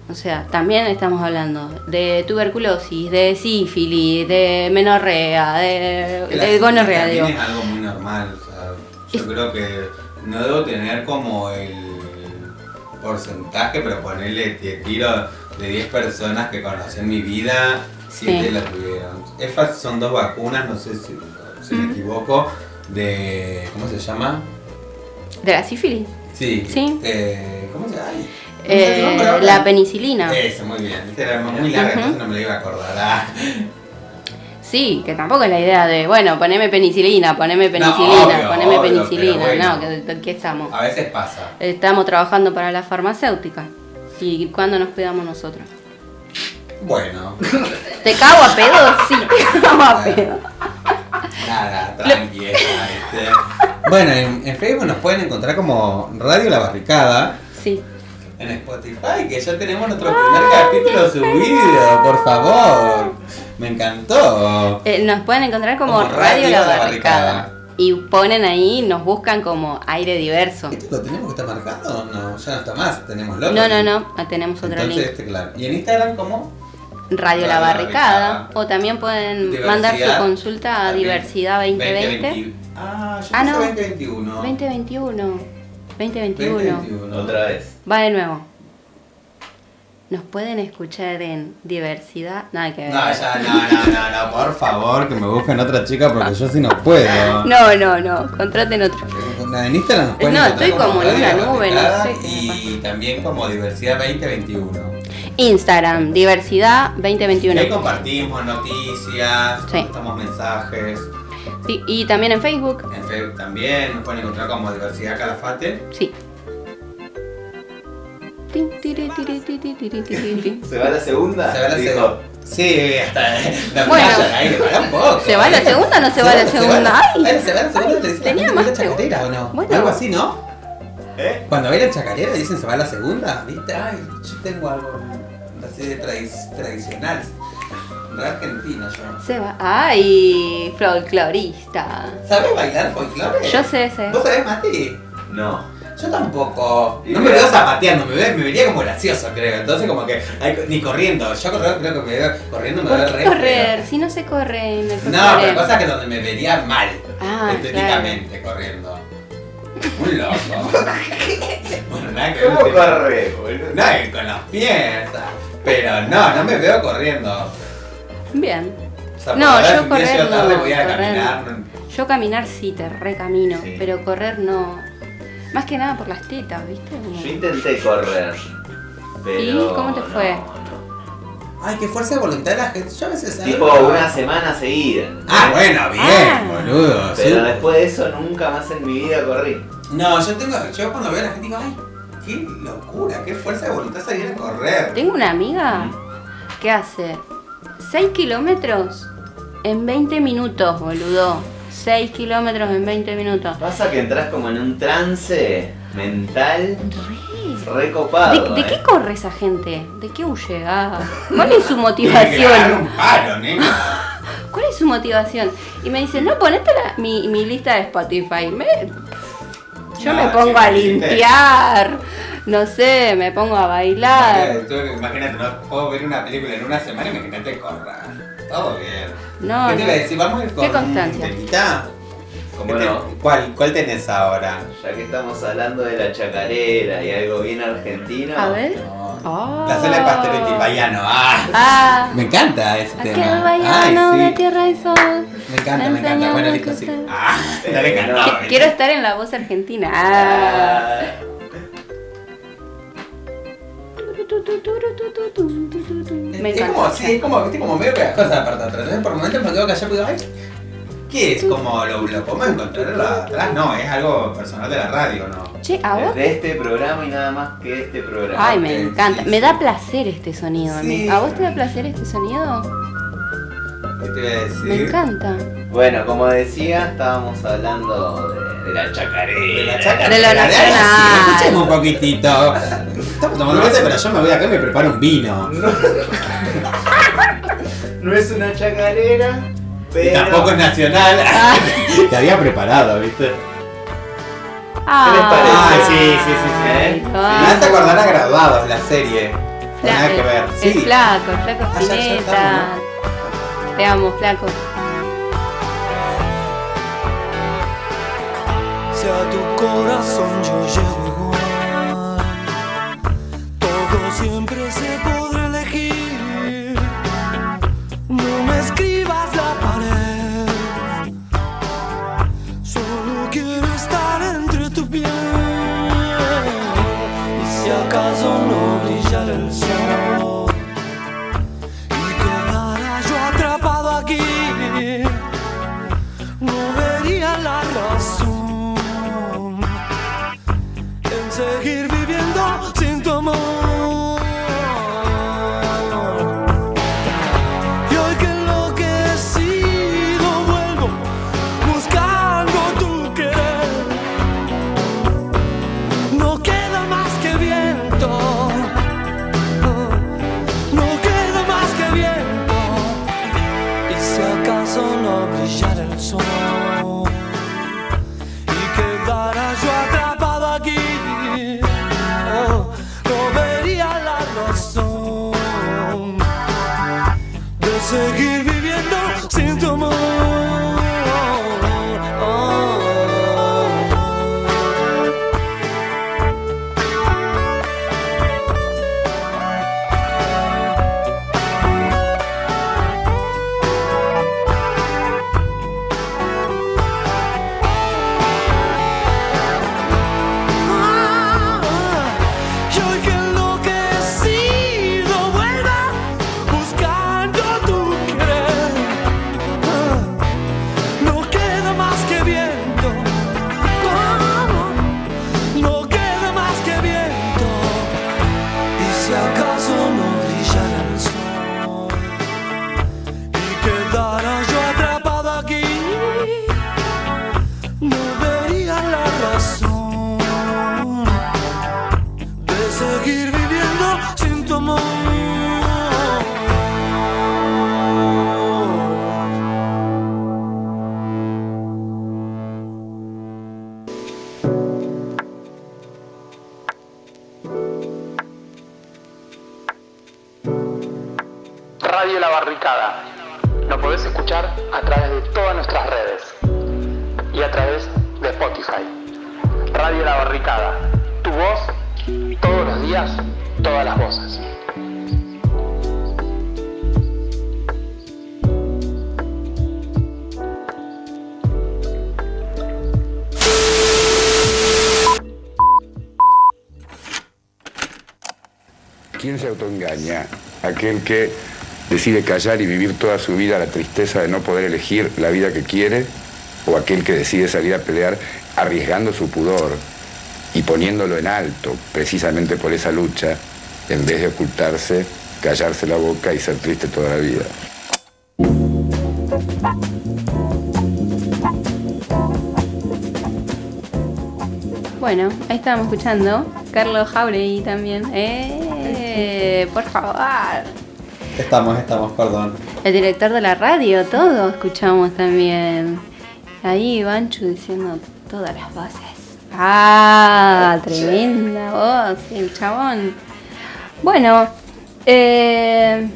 O sea, también estamos hablando de tuberculosis, de sífilis, de menorrea, de gonorrea, digo. También es algo muy normal. O sea, yo creo que no debo tener como el porcentaje, pero ponerle tiro de 10 personas que conocí en mi vida, 7 la tuvieron. Estas son 2 vacunas, no sé si me equivoco, de... ¿Cómo se llama? ¿De la sífilis? Sí. Sí. ¿Cómo se llama? La penicilina. Eso, muy bien. Esta era muy larga, entonces no me la iba a acordar. Sí, que tampoco es la idea de, bueno, poneme penicilina, obvio, pero penicilina. bueno. No, ¿qué estamos? A veces pasa. Estamos trabajando para la farmacéutica. ¿Y cuándo nos pegamos nosotros? Bueno. ¿Te cago a pedo? Sí, te cago a pedo. Nada, tranquila. Bueno, en Facebook nos pueden encontrar como Radio La Barricada. Sí. En Spotify, que ya tenemos nuestro primer capítulo subido, por favor. Me encantó. Nos pueden encontrar como Radio La Barricada. Y ponen ahí, nos buscan como Aire Diverso. ¿Esto lo tenemos que estar marcado? No, ya no está más, tenemos logo. No, tenemos otro Entonces, link. claro. ¿Y en Instagram cómo? Radio La Barricada. O también pueden mandar su consulta a Diversidad 2020. Ah, yo pensé 2021. 2021. Otra vez. Va de nuevo. Nos pueden escuchar en Diversidad. Nada que ver. No, por favor, que me busquen otra chica porque yo sí no puedo. No, contraten otro. En Instagram nos pueden No, encontrar estoy como en una Radio nube, no Barricada sé qué me Y también como Diversidad 2021. Instagram, Diversidad 2021. Ahí compartimos noticias, Sí. contestamos mensajes. Sí, y también en Facebook. En Facebook también nos pueden encontrar como Diversidad Calafate. Sí. Tin, tiri, tiri, tiri, tiri, tiri, tiri. ¿Se va la segunda? Se va la Dijo. segunda. Sí, hasta la Bueno. ahí, para un poco. ¿Se va la segunda o no se va la segunda? Ay, ¿Se va la segunda? ¿Te dicen tenía la más chacarera o no? Bueno. Algo así, ¿no? ¿Eh? Cuando bailan chacarera dicen se va la segunda, ¿viste? Ay, yo tengo algo así de tradicional. Re argentino yo. Se va. Ay, folclorista. ¿Sabes bailar folclore? Yo sé. ¿Vos sabés, Mati? No. Yo tampoco. Y No me pero- veo zapateando, me vería como gracioso, creo. Entonces como que ni corriendo. Yo creo que me veo corriendo me ¿Por veo qué re correr? feo. Si no se corre en el No, folclore. pero cosas que donde me vería mal. Ah, estéticamente corriendo. Muy loco. Bueno, nada que ¿Cómo ver. corre, boludo? No, con los pies. Pero no me veo corriendo. Bien. O sea, No, por ahora, yo si correr llego tarde no, voy a correr. caminar. Yo caminar sí, te recamino, Sí. pero correr no. Más que nada por las tetas, ¿viste? Como- Yo intenté correr. Pero ¿Y cómo te fue? no. Ay, qué fuerza de voluntad de la gente. Yo a veces. Tipo una semana seguida. Ah, bueno, bien, Ah. boludo. Pero sí. después de eso nunca más en mi vida corrí. No, yo cuando veo a la gente digo, ay, qué locura, qué fuerza de voluntad salir a correr. Tengo una amiga que hace 6 kilómetros en 20 minutos, boludo. 6 kilómetros en 20 minutos. Pasa que entras como en un trance mental Re. recopado. ¿De qué corre esa gente? ¿De qué huye? Ah, ¿cuál es su Tiene que agarrar un motivación? palo, nena. ¿Cuál es su motivación? Y me dice, no, ponete mi lista de Spotify. Yo me No, pongo chico, a ¿viste? limpiar, no sé, me pongo a bailar. Imagínate, no puedo ver una película en una semana, imagínate correr. Todo bien. No, ¿Qué te no. iba a decir? ¿Vamos a ir con ¿Qué constancia? un temita? ¿Cómo ¿Qué te- no? ¿Cuál tenés ahora? Ya que estamos hablando de la chacarera y algo bien argentino. A ver. No. Ah. La sola de Pastoretti, Baiano. Ah, Me encanta ese tema. aquel baiano Ay, de sí. tierra y sol. Me encanta. enseñó Bueno, a listo, sí. crecer. Ah, no le cantaba. no. ¿viste? Quiero estar en la voz argentina. Ah. Me Es como, encanta. sí, es como, viste, como medio pegajosa la parte de atrás. Entonces por momentos me quedo callado y digo, ay, ¿qué es? Como lo podemos encontrar atrás, no, es algo personal de la radio, ¿no? Che, ¿a vos? Es de este programa y nada más que este programa. Ay, me Ok, encanta. sí, Me sí. da placer este sonido a mí. Sí. ¿A vos te da placer este sonido? ¿Qué te voy a decir? Me encanta. Bueno, como decía, estábamos hablando de la chacarera. De la chacarera. De lo nacional. Sí, escuchemos un poquitito. Estamos tomando mate, pero yo me voy acá y me preparo un vino. No es una chacarera, Y pero... tampoco es nacional. Te había preparado, ¿viste? les parece? Ay, sí. ¿Eh? Me hace acordar a Graduados, la serie. Nada que ver. El Sí. flaco ya Spinetta. estamos, Te amo, flaco. Si a tu corazón yo llego igual, todo siempre se podrá elegir. No me escribas la pared, solo quiero estar entre tu piel. Y si acaso no brillara el sol y quedara yo atrapado aquí, no vería la razón en seguir viviendo sin tu amor. Y hoy que enloquecido vuelvo buscando tu querer, no queda más que viento, no queda más que viento. Y si acaso no brillara el sol y quedara yo atrapado aquí, no vería la razón de seguir viviendo sin tu amor. Y hoy que enloquecido vuelva buscando tu querer, no queda más que viento, no queda más que viento. Y si acaso no brillara el sol y quedara yo atrapado aquí, no vería la razón de seguir viviendo sin tu amor. Radio La Barricada. Nos podés escuchar a través de todas nuestras redes y a través de Spotify. Radio La Barricada. Tu voz, todos los días, todas las voces. ¿Quién se autoengaña? Aquel que decide callar y vivir toda su vida la tristeza de no poder elegir la vida que quiere, o aquel que decide salir a pelear arriesgando su pudor y poniéndolo en alto precisamente por esa lucha, en vez de ocultarse, callarse la boca y ser triste toda la vida. Bueno, ahí estábamos escuchando Carlos Jauregui también. Por favor. Estamos, perdón. El director de la radio, todo escuchamos también. Ahí Banchu diciendo todas las voces. Ah, tremenda voz, el chabón. Bueno, les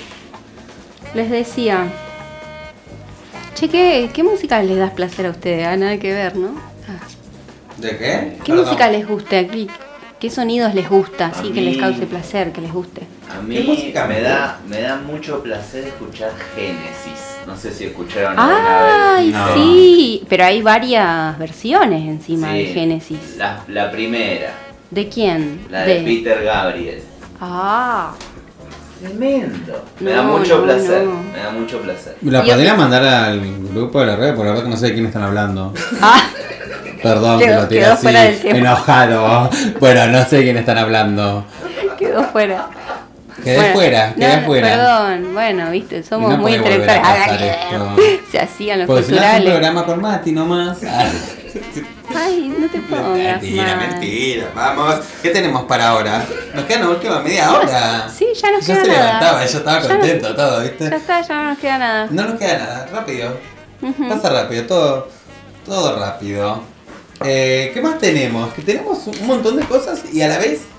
decía, che, ¿qué música les da placer a ustedes? Ah, nada que ver, ¿no? ¿De qué? ¿Qué música les gusta aquí? ¿Qué sonidos les gusta? Así que les cause placer, que les guste. A ¿Qué mí música me me da mucho placer escuchar Génesis. No sé si escucharon alguna ¡Ay, vez. No. sí! Pero hay varias versiones encima de Sí, Génesis. La primera, ¿De quién? la de Peter Gabriel. Ah, Tremendo. Me No, da mucho no, placer. no. Me da mucho placer. La Yo- podría mandar al grupo de la red, porque la verdad que no sé de quién están hablando. ah, Perdón, que Quedó- lo tiré quedó así, fuera del tema. enojado. Bueno, no sé de quién están hablando. quedó fuera. Quedé Bueno, fuera, quedé fuera. Perdón, bueno, viste, somos Y no muy puede volver a intelectuales. pasar esto. Se hacían los Porque si no hace un culturales. programa con Mati nomás. Ay, no te pongas Mentira, mal. mentira. Vamos. ¿Qué tenemos para ahora? Nos queda la última media hora. Sí, ya nos Yo queda se nada. levantaba, yo estaba Ya no- contento, todo, ¿viste? Ya está, ya no nos queda nada. No nos queda nada, rápido. Ujú. Pasa rápido, todo rápido. ¿Qué más tenemos? Que tenemos un montón de cosas y a la vez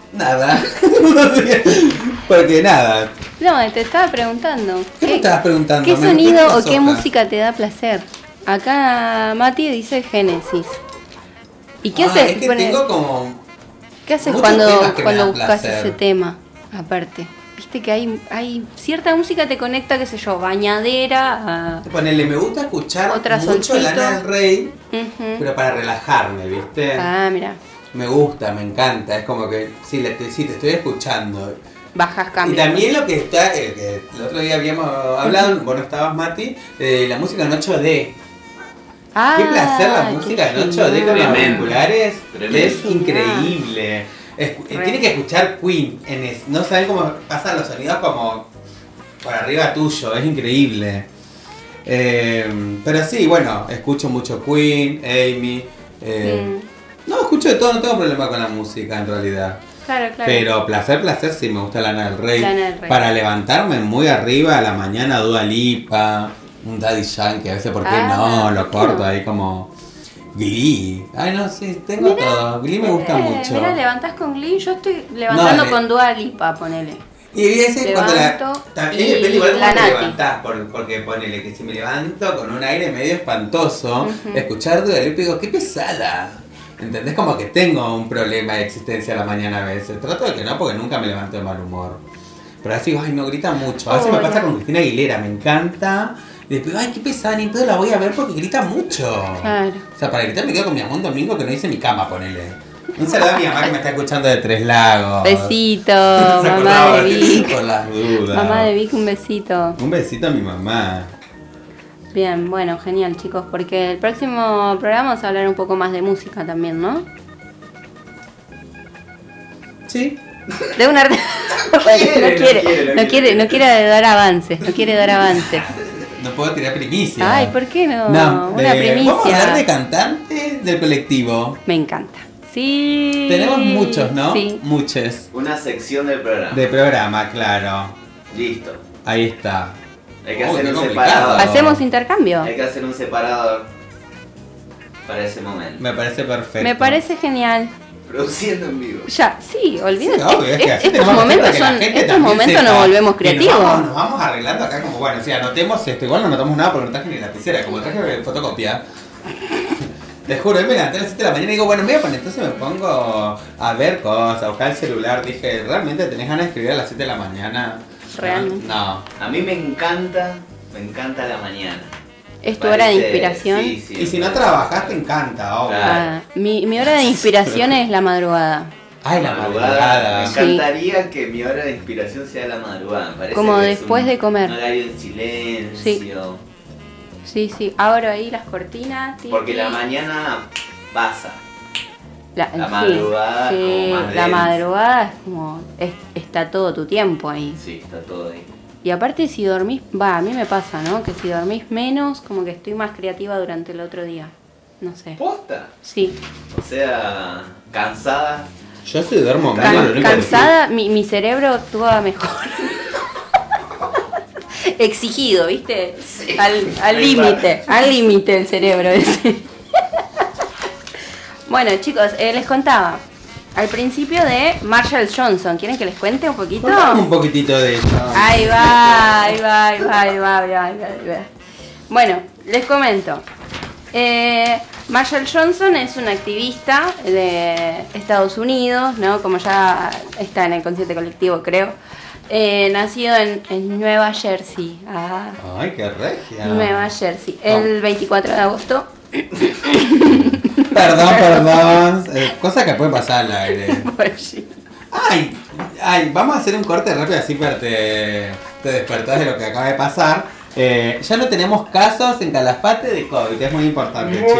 Nada. Porque nada. No, te estaba preguntando. ¿Qué me estabas preguntando? ¿Qué Me sonido metí en o la qué sopa. música te da placer? Acá Mati dice Génesis. ¿Y qué haces? Es que Bueno, tengo como... ¿qué haces muchos temas cuando, que me cuando dan buscas placer. ese tema? Aparte, viste que hay cierta música te conecta, qué sé yo, bañadera. Ponele, me gusta escuchar Otra mucho solcito. Lana del Rey, Ujú. pero para relajarme, ¿viste? Ah, mira, Me gusta, me encanta. Es como que sí, sí te estoy escuchando. bajas Y cambios. también lo que está, que el otro día habíamos hablado, vos no estabas, Mati, de la música en 8D. Ah, Qué placer la qué música en 8D con genial. Tremendo. auriculares. Tremendo. Es increíble. Tiene que escuchar Queen. No saben cómo pasan los sonidos como por arriba tuyo. Es increíble. Pero sí, bueno, escucho mucho Queen, Amy. No, escucho de todo, no tengo problema con la música en realidad. Claro, claro. Pero placer, sí me gusta Lana del Rey. Lana del Rey. Para levantarme muy arriba a la mañana, Dua Lipa, un Daddy Yankee, a veces, ¿por qué no? Lo corto ahí como Glee. Ay, no, sí, tengo todo. Glee me gusta mucho. Mira, levantás con Glee, yo estoy levantando No, con Dua Lipa, ponele. Y a veces cuando Levanto también y depende igual cómo la te Nati. levantás, porque ponele que si me levanto con un aire medio espantoso, Ujú. escuchar Dua Lipa y digo, qué pesada. ¿Entendés? Como que tengo un problema de existencia a la mañana a veces. Trato de que no, porque nunca me levanto de mal humor. Pero así digo, ay, no, grita mucho. A veces me Hola. pasa con Cristina Aguilera, me encanta. Y después, ay, qué pesada, ni pedo la voy a ver porque grita mucho. Claro. O sea, para gritar me quedo con mi mamá un domingo que no hice mi cama, ponele. Un saludo a mi mamá que me está escuchando de Tres Lagos. Besito, Se mamá acordaba de Vic. Por las dudas. Mamá de Vic, un besito. Un besito a mi mamá. Bien, bueno, genial chicos, porque el próximo programa vamos a hablar un poco más de música también, ¿no? Sí. De un arte... no quiere dar avances, no quiere dar avances. No puedo tirar primicia. Ay, ¿por qué no? No, Una vamos a hablar de primicia. cantantes del colectivo. Me encanta. Sí. Tenemos muchos, ¿no? Sí. Muchos. Una sección del programa. De programa, claro. Listo. Ahí está. Hay que Oh, hacer qué un complicado. separador. ¿Hacemos intercambio? Hay que hacer un separador para ese momento. Me parece perfecto. Me parece genial. Produciendo en vivo. Ya, sí, olvídate. Sí, obvio, es que así Estos tenemos que momentos hacer para que la son, gente estos también momentos sepa nos volvemos que nos creativos. Nos vamos arreglando acá como, bueno, si anotemos esto, igual no anotamos nada porque no traje ni lapicera, como traje fotocopia. Te juro, hoy me levanté a las 7 de la mañana y digo, bueno, me voy a poner, entonces me pongo a ver cosas, a buscar el celular. Dije, ¿realmente tenés ganas de escribir a las 7 de la mañana? Realmente. No. A mí me encanta la mañana. ¿Es tu hora de Parece- inspiración? Sí, sí. Y si no trabajás, te encanta, obvio. Claro. Ah, mi hora de inspiración es la madrugada. Ay, la Me madrugada. encantaría que mi hora de inspiración sea la madrugada. Me parece Como que es después de comer. Un horario en silencio. Sí, sí, abro ahí las cortinas. Porque la mañana pasa. la sí, madrugada sí, como más la densa. madrugada es como, está todo tu tiempo ahí. Sí, está todo ahí. Y aparte si dormís, a mí me pasa, ¿no? Que si dormís menos, como que estoy más creativa durante el otro día. No sé. ¿Posta? Sí. O sea, cansada. Yo si duermo menos, lo único que Cansada, mi cerebro actúa mejor. Exigido, ¿viste? Sí. Al límite el cerebro ese. Bueno, chicos, les contaba al principio de Marshall Johnson. ¿Quieren que les cuente un poquito? Contame un poquitito de eso. Ahí va. Bueno, les comento. Marshall Johnson es un activista de Estados Unidos, ¿no? Como ya está en el consciente colectivo, creo. Nacido en Nueva Jersey. Ay, qué regia. Nueva Jersey. El 24 de agosto. Perdón. Cosa que puede pasar al aire. Pues sí. Ay, vamos a hacer un corte rápido así para te despertás de lo que acaba de pasar. Ya no tenemos casos en Calafate de COVID, es muy importante, chicos.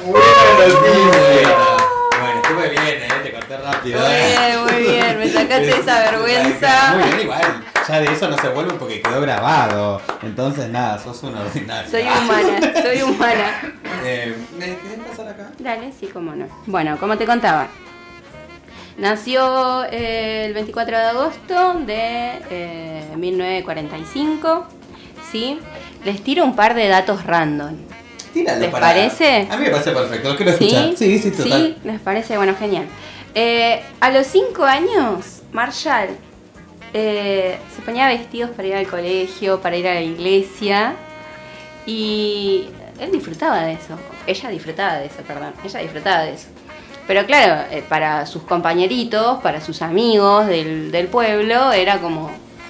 Bueno, estuve bien, te corté rápido. Muy bien, me sacaste esa vergüenza. Muy bien, igual. Ya de eso no se vuelve porque quedó grabado. Entonces, nada, sos un ordinario. Soy humana. ¿Me querés pasar acá? Dale, sí, cómo no. Bueno, como te contaba, nació el 24 de agosto de 1945, ¿sí? Les tiro un par de datos random. Tíralo ¿Les parece? A mí me parece perfecto, lo quiero escuchar. Sí, total. Sí, les parece, bueno, genial. A los 5 años, Marshall se ponía vestidos para ir al colegio, para ir a la iglesia. Y él disfrutaba de eso. Ella disfrutaba de eso. Pero claro, para sus compañeritos, para sus amigos del pueblo, era como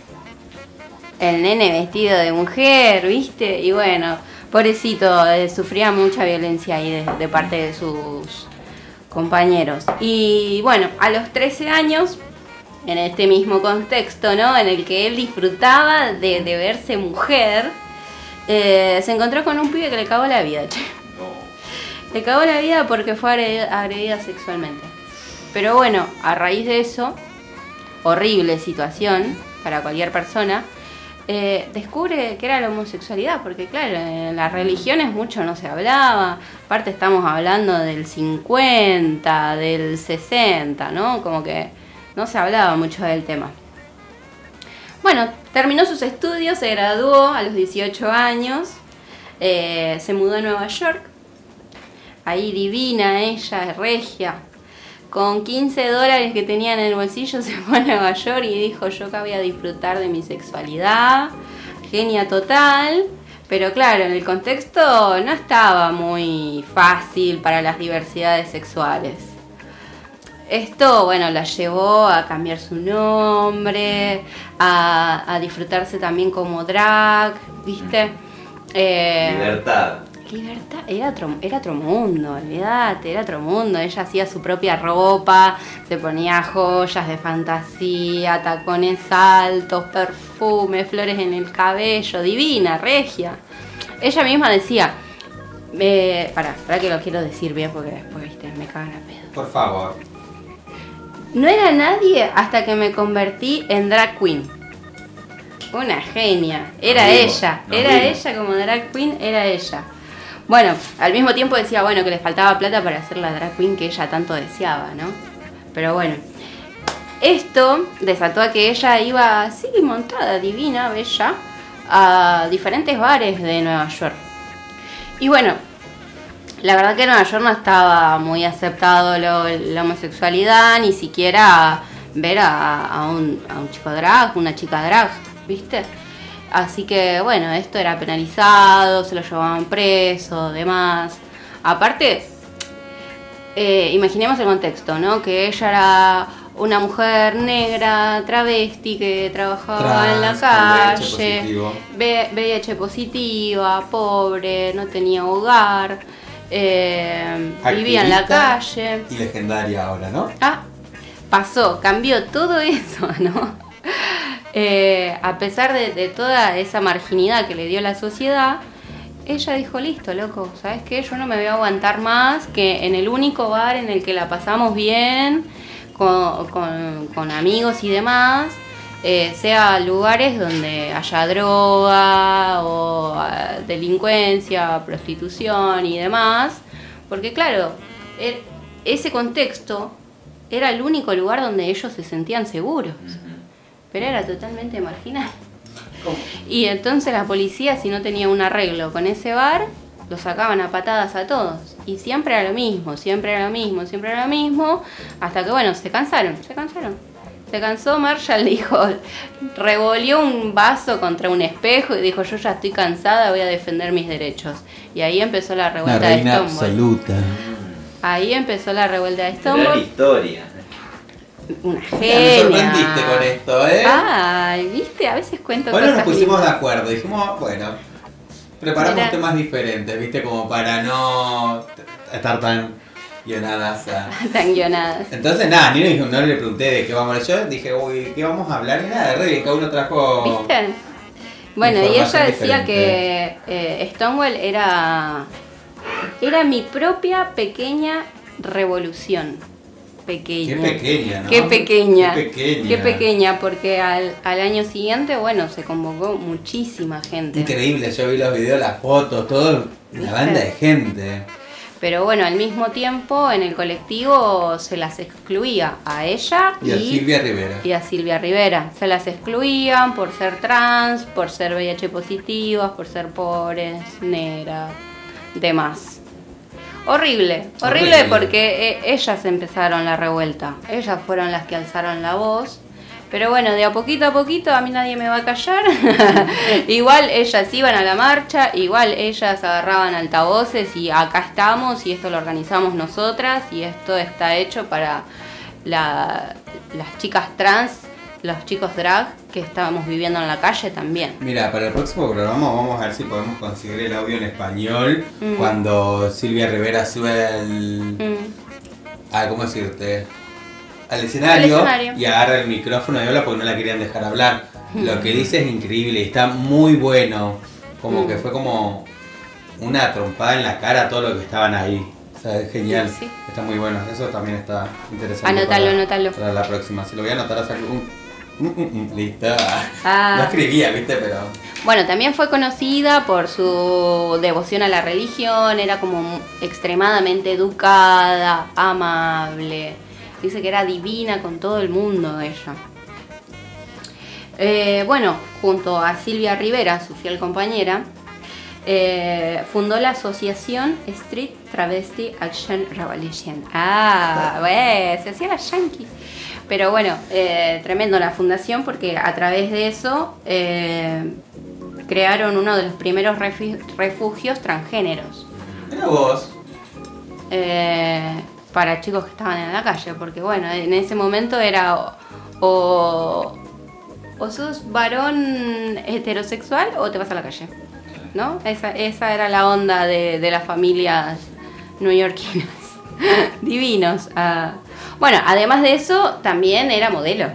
el nene vestido de mujer, ¿viste? Y bueno, pobrecito, sufría mucha violencia ahí de parte de sus compañeros. Y bueno, a los 13 años, en este mismo contexto, ¿no? En el que él disfrutaba de verse mujer, se encontró con un pibe que le cagó la vida, che. Le cagó la vida porque fue agredida sexualmente. Pero bueno, a raíz de eso, horrible situación para cualquier persona, descubre que era la homosexualidad, porque claro, en las religiones mucho no se hablaba, aparte estamos hablando del 50, del 60, ¿no? Como que no se hablaba mucho del tema. Bueno, terminó sus estudios, se graduó a los 18 años, se mudó a Nueva York, ahí divina ella, regia, con $15 que tenía en el bolsillo se fue a Nueva York y dijo: yo acá voy a disfrutar de mi sexualidad, genia total. Pero claro, en el contexto no estaba muy fácil para las diversidades sexuales. Esto, bueno, la llevó a cambiar su nombre, a disfrutarse también como drag, ¿viste? Libertad. Libertad, era otro mundo, olvídate, era otro mundo. Ella hacía su propia ropa, se ponía joyas de fantasía, tacones altos, perfume, flores en el cabello, divina, regia. Ella misma decía, pará que lo quiero decir bien porque después, viste, me cagan a pedo. Por favor. No era nadie hasta que me convertí en drag queen. Una genia, era ella como drag queen, era ella. Bueno, al mismo tiempo decía, bueno, que le faltaba plata para hacer la drag queen que ella tanto deseaba, ¿no? Pero bueno, esto desató a que ella iba así montada, divina, bella, a diferentes bares de Nueva York. Y bueno, la verdad que en Nueva York no estaba muy aceptado la homosexualidad, ni siquiera ver a un chico drag, una chica drag, ¿viste? Así que bueno, esto era penalizado, se lo llevaban preso, demás. Aparte, imaginemos el contexto, ¿no? Que ella era una mujer negra, travesti, que trabajaba en la calle, VIH positiva, pobre, no tenía hogar, vivía en la calle. Y legendaria ahora, ¿no? Cambió todo eso, ¿no? A pesar de toda esa marginidad que le dio la sociedad, ella dijo, listo, loco, ¿sabes qué? Yo no me voy a aguantar más que en el único bar en el que la pasamos bien, con amigos y demás, sea lugares donde haya droga o delincuencia, prostitución y demás, porque claro, ese contexto era el único lugar donde ellos se sentían seguros. Pero era totalmente marginal. Y entonces la policía, si no tenía un arreglo con ese bar, lo sacaban a patadas a todos. Y siempre era lo mismo, hasta que bueno, se cansaron. Se cansó, Marshall dijo, revolvió un vaso contra un espejo y dijo, yo ya estoy cansada, voy a defender mis derechos. Y ahí empezó la revuelta de Stonewall. Absoluta. Ahí empezó la revuelta de Stonewall. Gran historia. Una genia. Me sorprendiste con esto, ¿eh? Ay, viste, a veces cuento bueno, cosas. Nos pusimos lindas. de acuerdo, dijimos, bueno, preparamos temas diferentes, viste, como para no estar tan guionadas. Tan guionadas. Entonces, nada, no le pregunté de qué vamos a hablar. Yo dije, uy, ¿qué vamos a hablar? Y nada, de re, cada uno trajo. ¿Viste? Bueno, y ella decía diferente. que Stonewall era mi propia pequeña revolución. Pequeña. Qué pequeña, ¿no? Qué pequeña. Qué pequeña, porque al año siguiente, bueno, se convocó muchísima gente. Increíble, yo vi los videos, las fotos, todo, una banda de gente. Pero bueno, al mismo tiempo en el colectivo se las excluía a ella y a Silvia Rivera. Y a Silvia Rivera. Se las excluían por ser trans, por ser VIH positivas, por ser pobres, negras, demás. Horrible porque ellas empezaron la revuelta. Ellas fueron las que alzaron la voz. Pero bueno, de a poquito, a mí nadie me va a callar. Igual ellas iban a la marcha, igual ellas agarraban altavoces y acá estamos y esto lo organizamos nosotras y esto está hecho para las chicas trans, los chicos drag que estábamos viviendo en la calle también. Mira, para el próximo programa vamos a ver si podemos conseguir el audio en español cuando Silvia Rivera sube ¿cómo decirte? Al escenario y agarra el micrófono y habla porque no la querían dejar hablar. Lo que dice es increíble y está muy bueno. Como que fue como una trompada en la cara a todo lo que estaban ahí. O sea, es genial. Sí. Está muy bueno. Eso también está interesante. Anótalo. Para la próxima. Si lo voy a anotar, hacer listo. No escribía, ¿viste? Pero... Bueno, también fue conocida por su devoción a la religión. Era como extremadamente educada, amable. Dice que era divina con todo el mundo ella. Bueno, junto a Silvia Rivera, su fiel compañera, fundó la asociación Street Travesti Action Revolution. Se hacía la yankee. Pero bueno, tremendo la fundación porque a través de eso crearon uno de los primeros refugios transgéneros. Mira vos. Para chicos que estaban en la calle, porque bueno, en ese momento era o sos varón heterosexual o te vas a la calle, ¿no? Esa era la onda de las familias neoyorquinas. Divinos. Bueno, además de eso, también era modelo.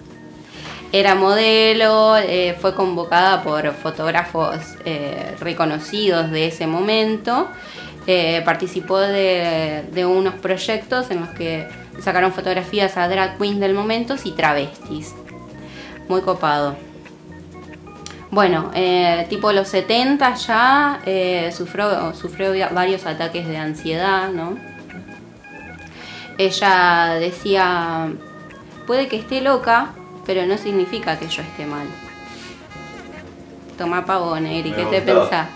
Fue convocada por fotógrafos reconocidos de ese momento. Participó de unos proyectos en los que sacaron fotografías a drag queens del momento y travestis. Muy copado. Bueno, tipo los 70 ya sufrió varios ataques de ansiedad, ¿no? Ella decía, puede que esté loca, pero no significa que yo esté mal. Toma pavón, Eri, ¿qué te pensás?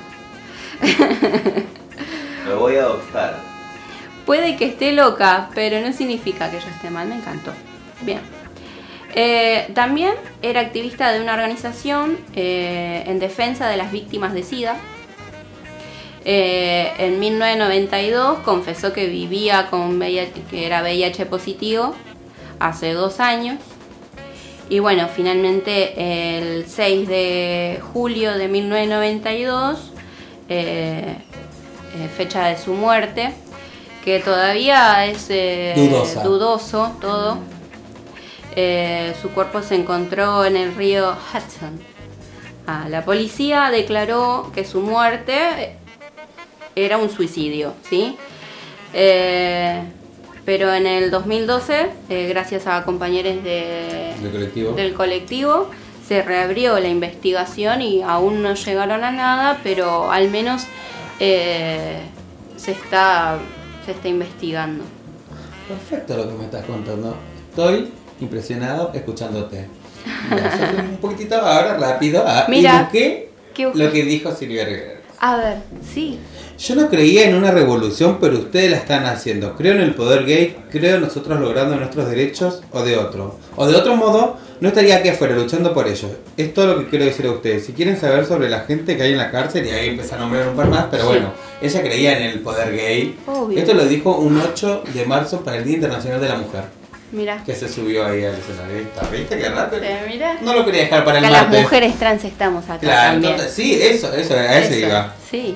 Me voy a adoptar. Puede que esté loca, pero no significa que yo esté mal. Me encantó. Bien. También era activista de una organización en defensa de las víctimas de SIDA. En 1992 confesó que vivía con VIH, que era VIH positivo hace 2 años. Y bueno, finalmente el 6 de julio de 1992, fecha de su muerte, que todavía es dudoso todo. Su cuerpo se encontró en el río Hudson. La policía declaró que su muerte era un suicidio, ¿sí? Pero en el 2012, gracias a compañeros del colectivo, se reabrió la investigación y aún no llegaron a nada, pero al menos se está investigando. Perfecto lo que me estás contando. Estoy impresionado escuchándote. Mira, yo fui un poquitito ahora rápido y busqué lo que dijo Silvia Rivera. A ver, sí. Yo no creía en una revolución, pero ustedes la están haciendo. Creo en el poder gay, creo en nosotros logrando nuestros derechos o de otro. O de otro modo, no estaría aquí afuera luchando por ellos. Es todo lo que quiero decir a ustedes. Si quieren saber sobre la gente que hay en la cárcel, y ahí empieza a nombrar un par más, pero bueno, ella creía en el poder gay. Obvio. Esto lo dijo un 8 de marzo para el Día Internacional de la Mujer. Mira. Que se subió ahí al escenario. ¿Viste qué rápido? Mira. No lo quería dejar para el que martes. Las mujeres trans estamos acá también. Entonces, sí, eso, a eso iba. Sí.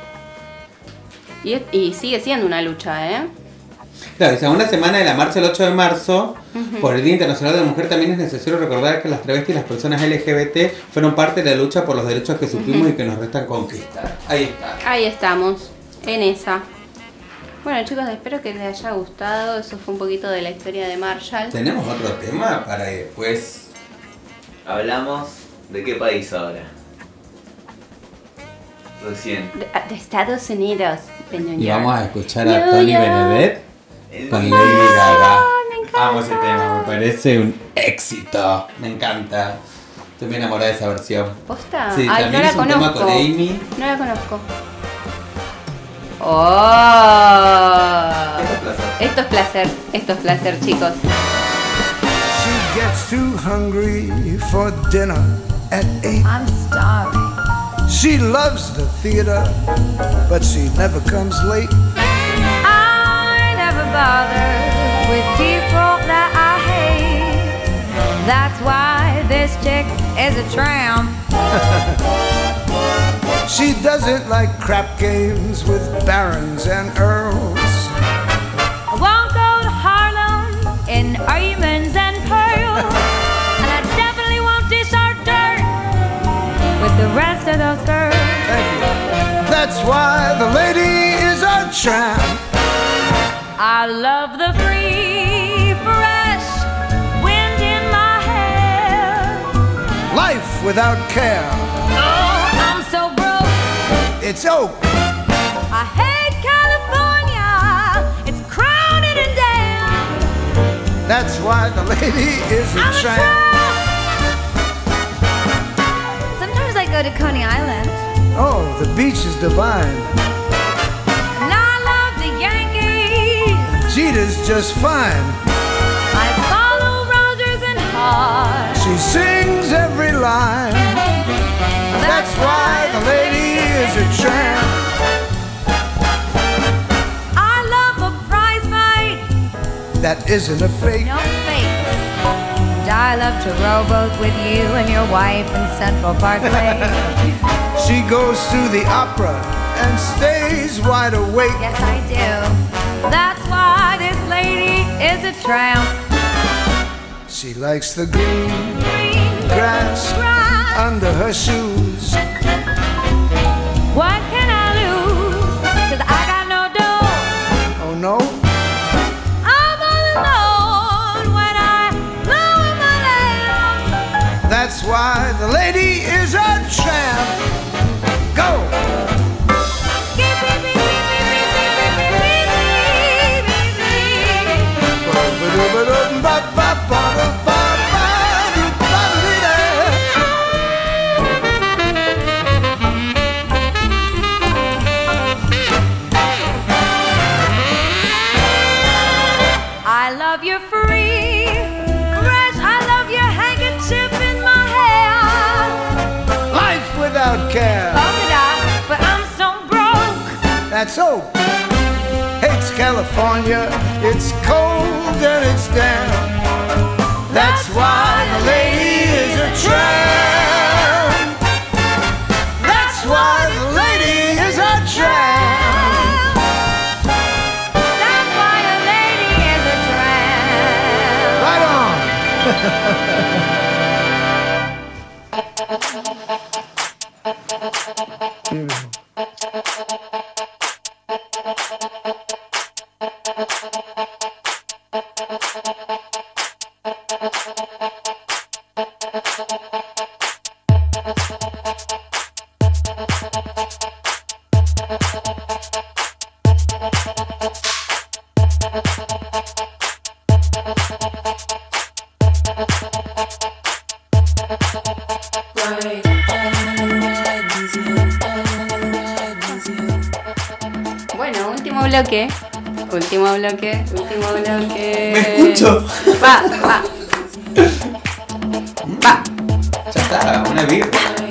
Y sigue siendo una lucha, ¿eh? Claro, dice, a una semana de la marcha el 8 de marzo, por el Día Internacional de la Mujer, también es necesario recordar que las travestis y las personas LGBT fueron parte de la lucha por los derechos que supimos y que nos restan conquistar. Ahí está. Ahí estamos, en esa. Bueno, chicos, espero que les haya gustado. Eso fue un poquito de la historia de Marshall. ¿Tenemos otro tema para después? Hablamos de qué país ahora. Recién. De Estados Unidos, de New York. Y vamos a escuchar a Tony Bennett con Lady Gaga. Amo ese tema, me parece un éxito. Me encanta. Estoy muy enamorada de esa versión. ¿Posta? Sí, ay, también no la es un conozco. tema con Amy. No la conozco. ¡Oh! Esto es placer. Esto es placer, chicos. She gets too hungry for dinner at 8. I'm starving. She loves the theater, but she never comes late. I never bother with people that I hate. That's why this chick is a tramp. She doesn't like crap games with barons and earls. I won't go to Harlem in diamonds and pearls. And I definitely won't dish our dirt with the rest of those girls. Thank you. That's why the lady is a tramp. I love the free, fresh wind in my hair. Life without care. Oh, I'm so broke. It's oak. I hate California. It's crowded and damn. That's why the lady is a I'm a tramp. Sometimes I go to Coney Island. Oh, the beach is divine. And I love the Yankees. Jeter's just fine. I follow Rogers and Hart. She sings every line. That's why the lady is a tramp. I love a prize fight. That isn't a fake. No fakes. And I love to rowboat with you and your wife in Central Park Lake. She goes to the opera and stays wide awake. Yes, I do. That's why this lady is a tramp. She likes the green grass under her shoes. What can I lose? 'Cause I got no dough. Oh no? I'm all alone when I lower my lamp. That's why the lady is a tramp. Go! I love your free, fresh. I love your handkerchief in my hair. Life without care. Polka dot, but I'm so broke. That's oak. Hates California. It's cold and it's damp. That's why the lady is a tramp. That's why the lady is a tramp. That's why a lady is a tramp. Right on. Bueno, último bloque. Último bloque. ¿Me escucho? Va. Ya está, una birra.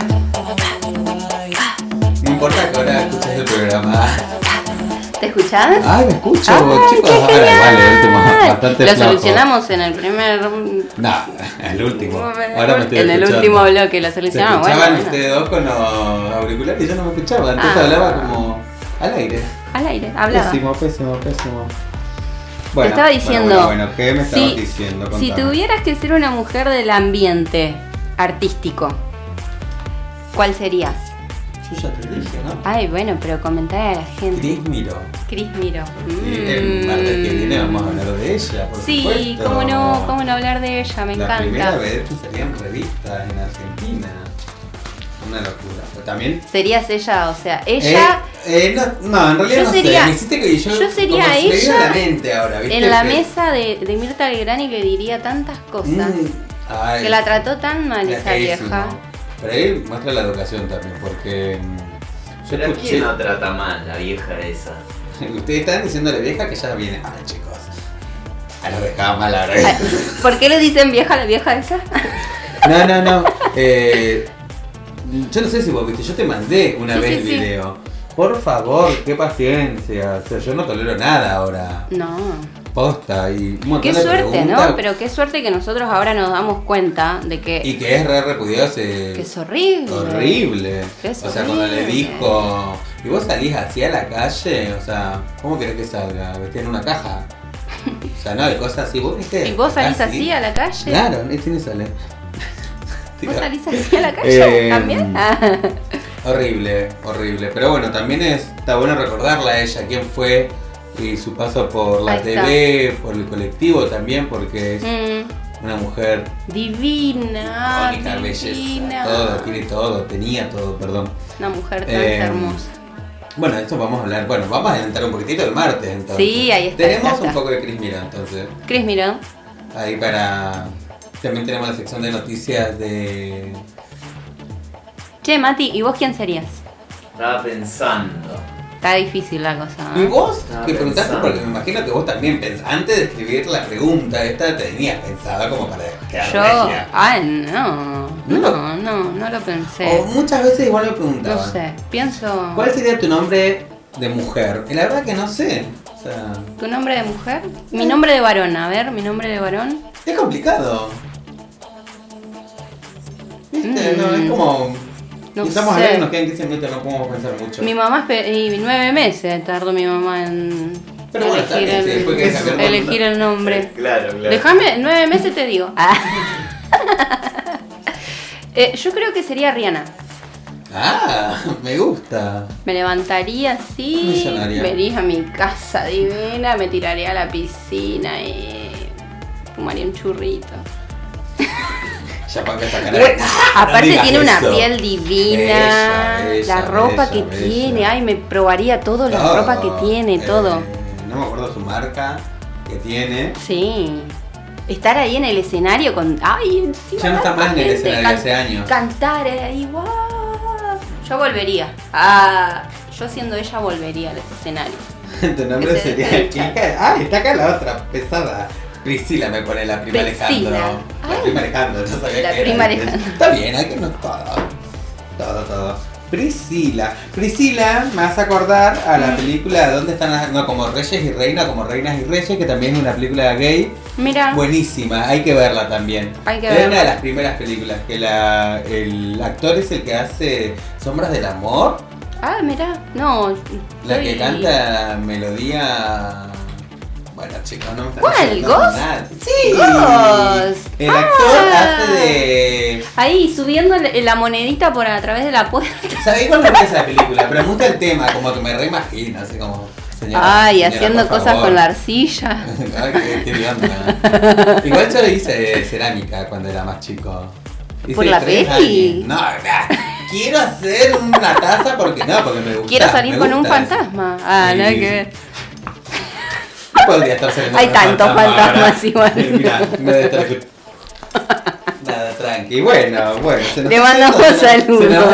No importa que ahora escuches el programa. ¿Te escuchás? Ay, me escucho, Ay, chicos. qué Ahora genial. igual, el último, bastante Lo flojo. solucionamos en el primer. No, el último. Ahora me estoy en el escuchando. último bloque lo Se solucionamos. escuchaban Bueno. ustedes dos con los auriculares y yo no me escuchaba. Entonces Ah. hablaba como al aire. Al aire, hablaba. Pésimo. Te Bueno, estaba diciendo. Bueno, ¿qué me estabas diciendo? Si Contame. tuvieras que ser una mujer del ambiente artístico, ¿cuál serías? Yo ya te dije, ¿no? Ay, bueno, pero comentá a la gente. Cris Miró. Cris Miró. Y el martes que viene vamos a hablar de ella, por Sí, supuesto. cómo no hablar de ella, me La encanta. primera vez que salía en revistas en Argentina. Una locura. Pero también. Serías ella, o sea, ella No, en realidad Yo no sería- sé. Me hiciste que yo sería como se me viene ella a la mente ahora, ¿viste? en la Que- mesa de Mirta Legrand y le diría tantas cosas. Ay, Que la trató tan mal esa carísimo. vieja. Pero ahí muestra la educación también, porque Pero escuché. ¿quién no trata mal la vieja esa? Ustedes están diciéndole vieja que ya viene mal, chicos. A lo dejaba mal ahora. ¿Por qué le dicen vieja a la vieja esa? No. Yo no sé si vos viste, yo te mandé una vez el video. Por favor, qué paciencia. O sea, yo no tolero nada ahora. No. Posta y un montón Qué de suerte, preguntas. ¿no? Pero qué suerte que nosotros ahora nos damos cuenta de que... Y que es re repudiado que es horrible. horrible. Que es O sea, cuando le horrible. dijo, y vos salís así a la calle, o sea, ¿cómo querés que salga? ¿Vestida en una caja? O sea, no, hay cosas así, vos viste. ¿Y vos salís así a la calle? Claro, este ni sale. ¿Vos salís así a la calle también? Horrible. Pero bueno, también está bueno recordarla a ella, quién fue y su paso por la Ahí está. TV, por el colectivo también, porque es una mujer Divina. icónica, Divina. belleza, tenía todo, perdón. Una mujer tan hermosa. Bueno, esto vamos a hablar, vamos a adelantar un poquitito el martes entonces. Sí, ahí está. Tenemos está. un poco de Cris Mira entonces. Cris Miró. Ahí para... También tenemos la sección de noticias de... Che, Mati, ¿y vos quién serías? Estaba pensando. Está difícil la cosa. ¿Y vos? Estaba Que preguntaste pensando. porque me imagino que vos también antes de escribir la pregunta esta tenías pensada como para quedar Yo. regia. No lo pensé. O muchas veces igual me preguntaban. No sé, pienso. ¿Cuál sería tu nombre de mujer? Y la verdad que no sé. O sea, ¿Tu nombre de mujer? Mi nombre de varón, a ver, mi nombre de varón. es complicado. ¿Viste? No, es como... No y estamos sé. hablando que nos quedan 15 minutos, no podemos pensar mucho. Mi mamá y 9 meses tardó mi mamá en Pero bueno, está bien, sí, después querés cambiar el nombre. elegir el nombre. Claro. Déjame, 9 meses te digo. Yo creo que sería Rihanna. Ah, me gusta. Me levantaría así, Millonaria. vería a mi casa divina, me tiraría a la piscina y fumaría un churrito. Ya para que esta cara. Bueno, aparte digas tiene una eso. piel divina, Bella, la ropa bella, que bella. tiene, ay, me probaría todo, la Todo. ropa que tiene, todo. No me acuerdo su marca que tiene. Sí. Estar ahí en el escenario con. Ay, encima. Ya no está tanta más en el gente, escenario, hace años. Cantar ahí, wow. Yo volvería. Yo siendo ella volvería al escenario. Tu nombre Ese sería. es el ¿Quién cae? Ah, está acá la otra, pesada. Priscila me pone la prima Priscila. Alejandro. La Ay. prima Alejandro, yo sabía La que prima era. Alejandro. Está bien, hay que no todo. Priscila me hace acordar a la película ¿Dónde están las... No, como Reyes y Reinas, como Reinas y Reyes, que también es una película gay. Mira. Buenísima, hay que verla también. Hay que es verla. una de las primeras películas que el actor es el que hace Sombras del Amor, Mira. No. la soy- que canta melodía. Bueno, chicos, no me están ¿Cuál? ayudando ¿Ghost? nada. Sí. Ghost. El actor hace de. Ahí subiendo la monedita por a través de la puerta. ¿Sabés cuál es esa película? Pero me gusta el tema, como que me reimagino, así como. Ay, señora, haciendo por cosas favor. con la arcilla. Ay, qué onda. Igual yo hice cerámica cuando era más chico. Hice ¿Por la 3 peli? años. No, quiero hacer una taza porque me gusta. Quiero salir me con un gusta. fantasma. Sí. Nada que ver. Podría estar saliendo Hay con un tantos fantasma fantasmas ahora. igual. Mirá, me debe estar Nada, tranqui. Bueno, se nos Le está mandamos yendo, saludos.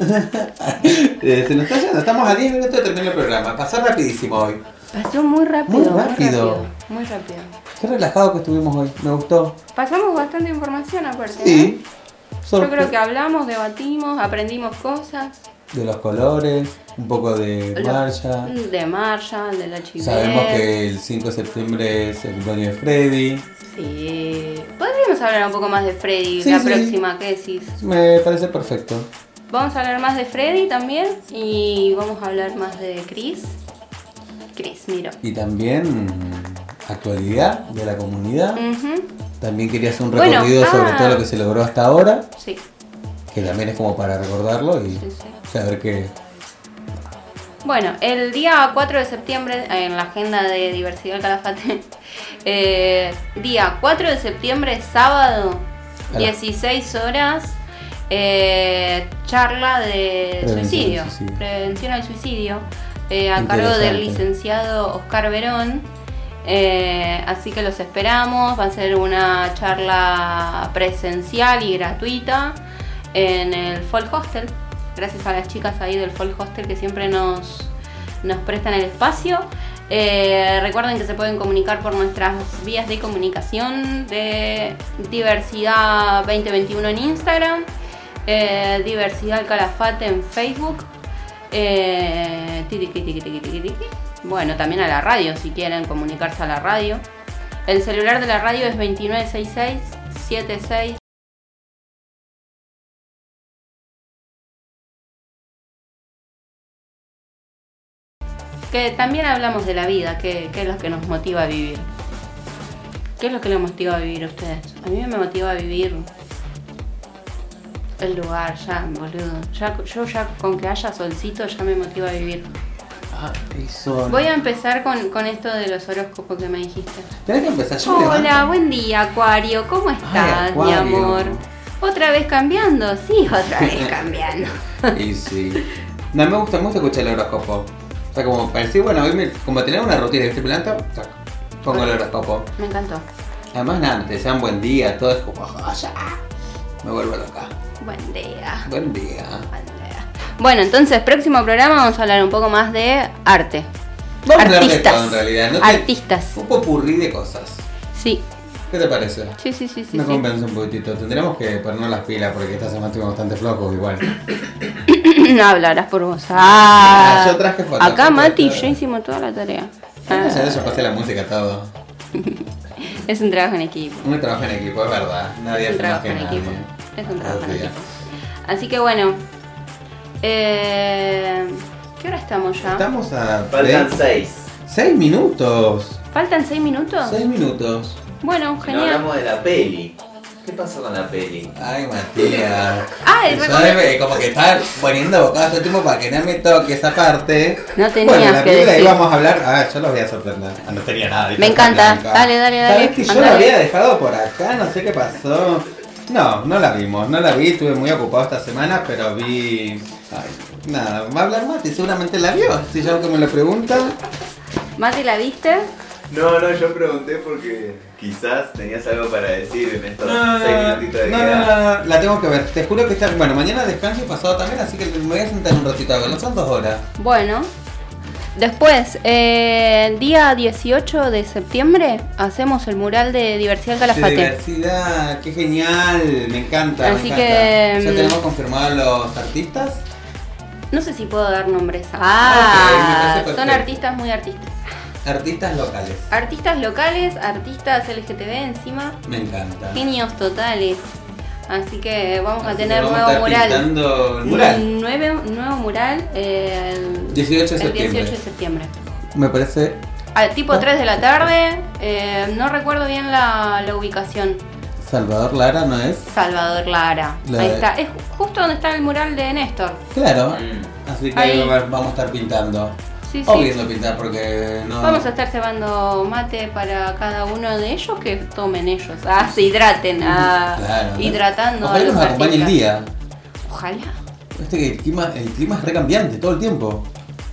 Se nos está yendo, estamos a 10 minutos de terminar el programa. Pasó rapidísimo hoy. Pasó muy rápido. Muy rápido. Muy rápido. Qué relajado que estuvimos hoy, me gustó. Pasamos bastante información aparte. Sí. Yo creo que hablamos, debatimos, aprendimos cosas. De los colores, un poco de Marshall. De Marshall, de la Chile. Sabemos que el 5 de septiembre es el cumpleaños de Freddy. Sí. Podríamos hablar un poco más de Freddy Sí, la sí. próxima, ¿qué decís? Me parece perfecto. Vamos a hablar más de Freddy también y vamos a hablar más de Chris. Miro. Y también actualidad de la comunidad. Ujú. También quería hacer un Bueno, recorrido sobre todo lo que se logró hasta ahora, Sí. que también es como para recordarlo y Sí. saber que... Bueno, el día 4 de septiembre, en la agenda de Diversidad Calafate, día 4 de septiembre, sábado, A la- 16 horas, charla de Prevención suicidio, al suicidio. prevención al suicidio, a cargo del Interesante. licenciado Oscar Verón. Así que los esperamos, va a ser una charla presencial y gratuita en el Folk Hostel, gracias a las chicas ahí del Folk Hostel que siempre nos prestan el espacio. Recuerden que se pueden comunicar por nuestras vías de comunicación de Diversidad 2021 en Instagram, Diversidad Calafate en Facebook, bueno, también a la radio si quieren comunicarse a la radio. El celular de la radio es 2966-76. Que también hablamos de la vida, que es lo que nos motiva a vivir. ¿Qué es lo que les motiva a vivir a ustedes? A mí me motiva a vivir el lugar, ya, boludo. Yo ya con que haya solcito ya me motiva a vivir. Voy a empezar con esto de los horóscopos que me dijiste. Tenés que empezar. Yo Hola, buen día, Acuario. ¿Cómo estás, mi amor? ¿Otra vez cambiando? Sí, otra vez cambiando. Y sí. No, me gusta escuchar el horóscopo. O sea, como para decir, bueno, hoy como tener una rutina, ¿viste? Planta, pongo el horóscopo. Me encantó. Además, nada, te desean buen día, todo es como, ya. Me vuelvo loca. Buen día. Buen día. Bueno, entonces, próximo programa vamos a hablar un poco más de arte. Vamos artistas. A hablar de todo, en realidad. ¿No? Artistas. Un popurrí de cosas. Sí. ¿Qué te parece? Sí. Me convence un poquitito. Tendremos que ponernos las pilas porque esta semana estuvimos bastante flojos igual. No hablarás por vos. Yo traje fotos. Acá Mati y yo hicimos toda la tarea. Yo pasé la música, todo. Es un trabajo en equipo. Un trabajo en equipo, es verdad. Nadie es un hace trabajo más que en nadie. equipo. Es un trabajo en equipo. Así que bueno. ¿Qué hora estamos ya? Estamos a... Faltan 6. 6 minutos. ¿Faltan 6 minutos? 6 minutos. Bueno, No genial. hablamos de la peli. ¿Qué pasó con la peli? Ay, Matías. Ay, como que estaba poniendo bocados todo el tiempo para que no me toque esa parte. No tenías bueno, la que película decir. íbamos a hablar. Yo los voy a sorprender. No tenía nada. Me encanta. Dale. ¿Sabes que yo la había dejado por acá? No sé qué pasó. No la vimos. No la vi. Estuve muy ocupado esta semana, pero vi... Ay, nada, va a hablar Mati. Seguramente la vio. Si yo que me lo pregunta. Mati, ¿la viste? No, yo pregunté porque quizás tenías algo para decir en estos 6 minutitos de No, la tengo que ver. Te juro que está... Bueno, mañana descanso y pasado también, así que me voy a sentar un ratito a verlo. Son 2 horas. Bueno. Después, día 18 de septiembre, hacemos el mural de Diversidad Calafate. Diversidad, qué genial, me encanta. Así que... ¿Ya tenemos confirmados los artistas? No sé si puedo dar nombres. Ok, me parece Son perfecto. artistas muy artistas. Artistas locales. Artistas locales, artistas LGTB encima. Me encanta. Genios totales. Así que vamos a Así tener que vamos nuevo a estar mural. pintando el mural. Nuevo mural el 18 de el septiembre. 18 de septiembre. Me parece... Al tipo 3 de la tarde. No recuerdo bien la ubicación. Salvador Lara, ¿no es? Salvador Lara. La Ahí de- está. Es justo donde está el mural de Néstor. Claro. Así que Ahí. ahí vamos a estar pintando. Sí, O sí. viendo pintar porque no... Vamos a estar cebando mate para cada uno de ellos, que tomen ellos. Se hidraten. Claro, ¿no? Hidratando Ojalá a que los nos acompañe el artistas. día. Ojalá. Viste que el clima es recambiante todo el tiempo.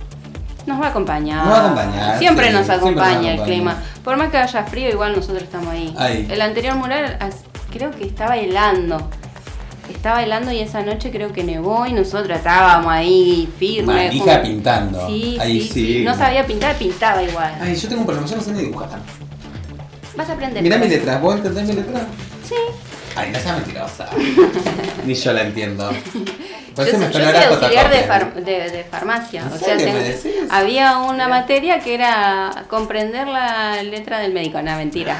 Nos va a acompañar. Nos va a acompañar, Siempre sí, nos siempre nos acompaña el acompaña. clima. Por más que haya frío, igual nosotros estamos ahí. Ahí. El anterior mural creo que estaba helando. Estaba helando y esa noche creo que nevó y nosotros estábamos ahí firmes. Manija pintando. Sí, Ahí sí. No sabía pintar, pintaba igual. Ay, yo tengo un problema, yo no sé ni dibujar. Vas a aprender. Mirá mi cosas. letra, ¿vos entendés mi letra? Sí. Ay, no seas mentirosa. Ni yo la entiendo. Por Yo eso soy me espero ahora auxiliar de, fotocopia. de farmacia. ¿En O sea, serio me decís? había una materia que era comprender la letra del médico. No, mentira.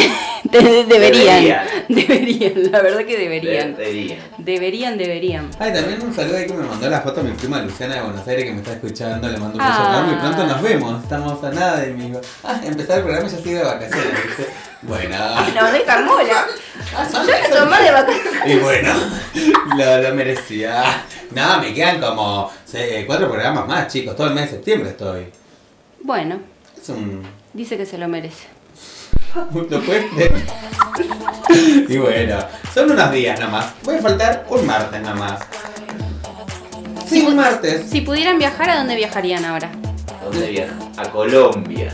Deberían. La verdad que deberían. Deberían. Ay, también un saludo ahí que me mandó la foto mi prima Luciana de Buenos Aires que me está escuchando, le mando un beso enorme y pronto nos vemos, estamos a nada de mi... empezar el programa y ya estoy de vacaciones, ¿viste? Bueno. No, de Carmola. Yo me tomé de vacaciones. Y bueno, lo merecía. No, me quedan como 4 programas más, chicos, todo el mes de septiembre estoy. Bueno, Es un... dice que se lo merece. ¿Lo puedes creer? Y bueno, son unos días nomás. Voy a faltar un martes nomás. Sí, un martes. Si pudieran viajar, ¿a dónde viajarían ahora? ¿Dónde viaja? A Colombia.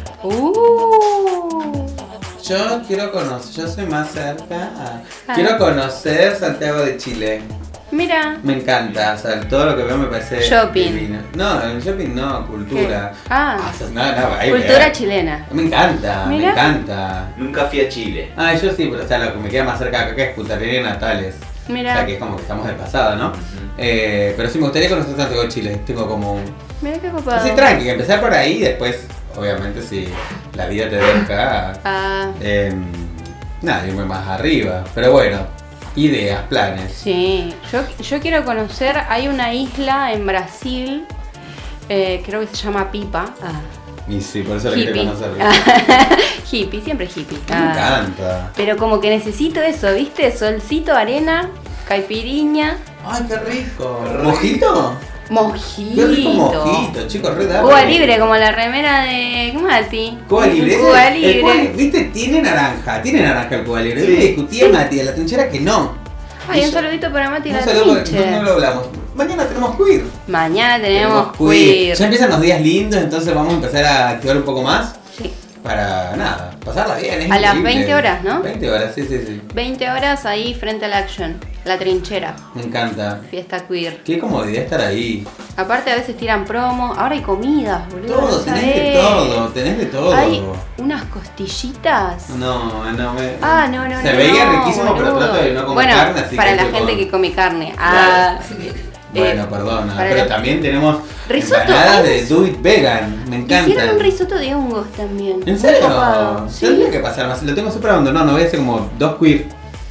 Yo quiero conocer, yo soy más cerca. Quiero conocer Santiago de Chile. Mira. Me encanta, o sea, todo lo que veo me parece Shopping. divino. No, el shopping no, cultura. ¿Qué? Ah. Ahí Cultura vea. chilena. Me encanta, Mira. me encanta. Nunca fui a Chile. Ah, yo sí, pero o sea, lo que me queda más cerca de acá que es Punta Arenas y Natales. Mira. O sea, que es como que estamos del pasado, ¿no? Pero sí, me gustaría conocer Santiago de Chile. Tengo como un... Mira qué copado. Así tranqui, empezar por ahí y después, obviamente, si la vida te deja, nada, irme más arriba. Pero bueno, ideas, planes. Sí, yo quiero conocer, hay una isla en Brasil, creo que se llama Pipa. Y sí, por eso la quiero Hippie. conocer. Hippie, siempre hippie. Me encanta. Pero como que necesito eso, ¿viste? Solcito, arena, caipiriña. Ay, qué rico. ¿Mojito? Mojito. Qué rico mojito, chicos, re dale. Cuba libre, como la remera de Mati. Cuba libre. Cuba El libre. Cuba- ¿Viste? Tiene naranja el Cuba libre. Sí. Yo le discutí a Mati de la trinchera que no. Ay, un saludito para Mati la No, solo trinche. no lo hablamos. Mañana tenemos queer. Mañana tenemos queer. Ya empiezan los días lindos, entonces vamos a empezar a activar un poco más. Sí. Para nada, pasarla bien. Es A las increíble. 20 horas, ¿no? 20 horas, sí. 20 horas ahí frente al Action, la trinchera, Me encanta. fiesta queer. Qué comodidad estar ahí. Aparte a veces tiran promo, ahora hay comidas, boludo. Todo, ¿no tenés sabés? de todo, tenés de todo. Hay unas costillitas. No, me. Ah, no. Se veía no, riquísimo, pero boludo. trato de no comer bueno, carne, así para que la tipo- gente que come carne. Ah, Bueno, perdona, para pero la- también tenemos Risotto, empanadas de ¿ves? Do It Vegan, me encanta. hicieron un risotto de hongos también. ¿En serio? Muy copado, sí. Tendría que pasar más, lo tengo súper abandonado, no voy a hacer como 2 queer.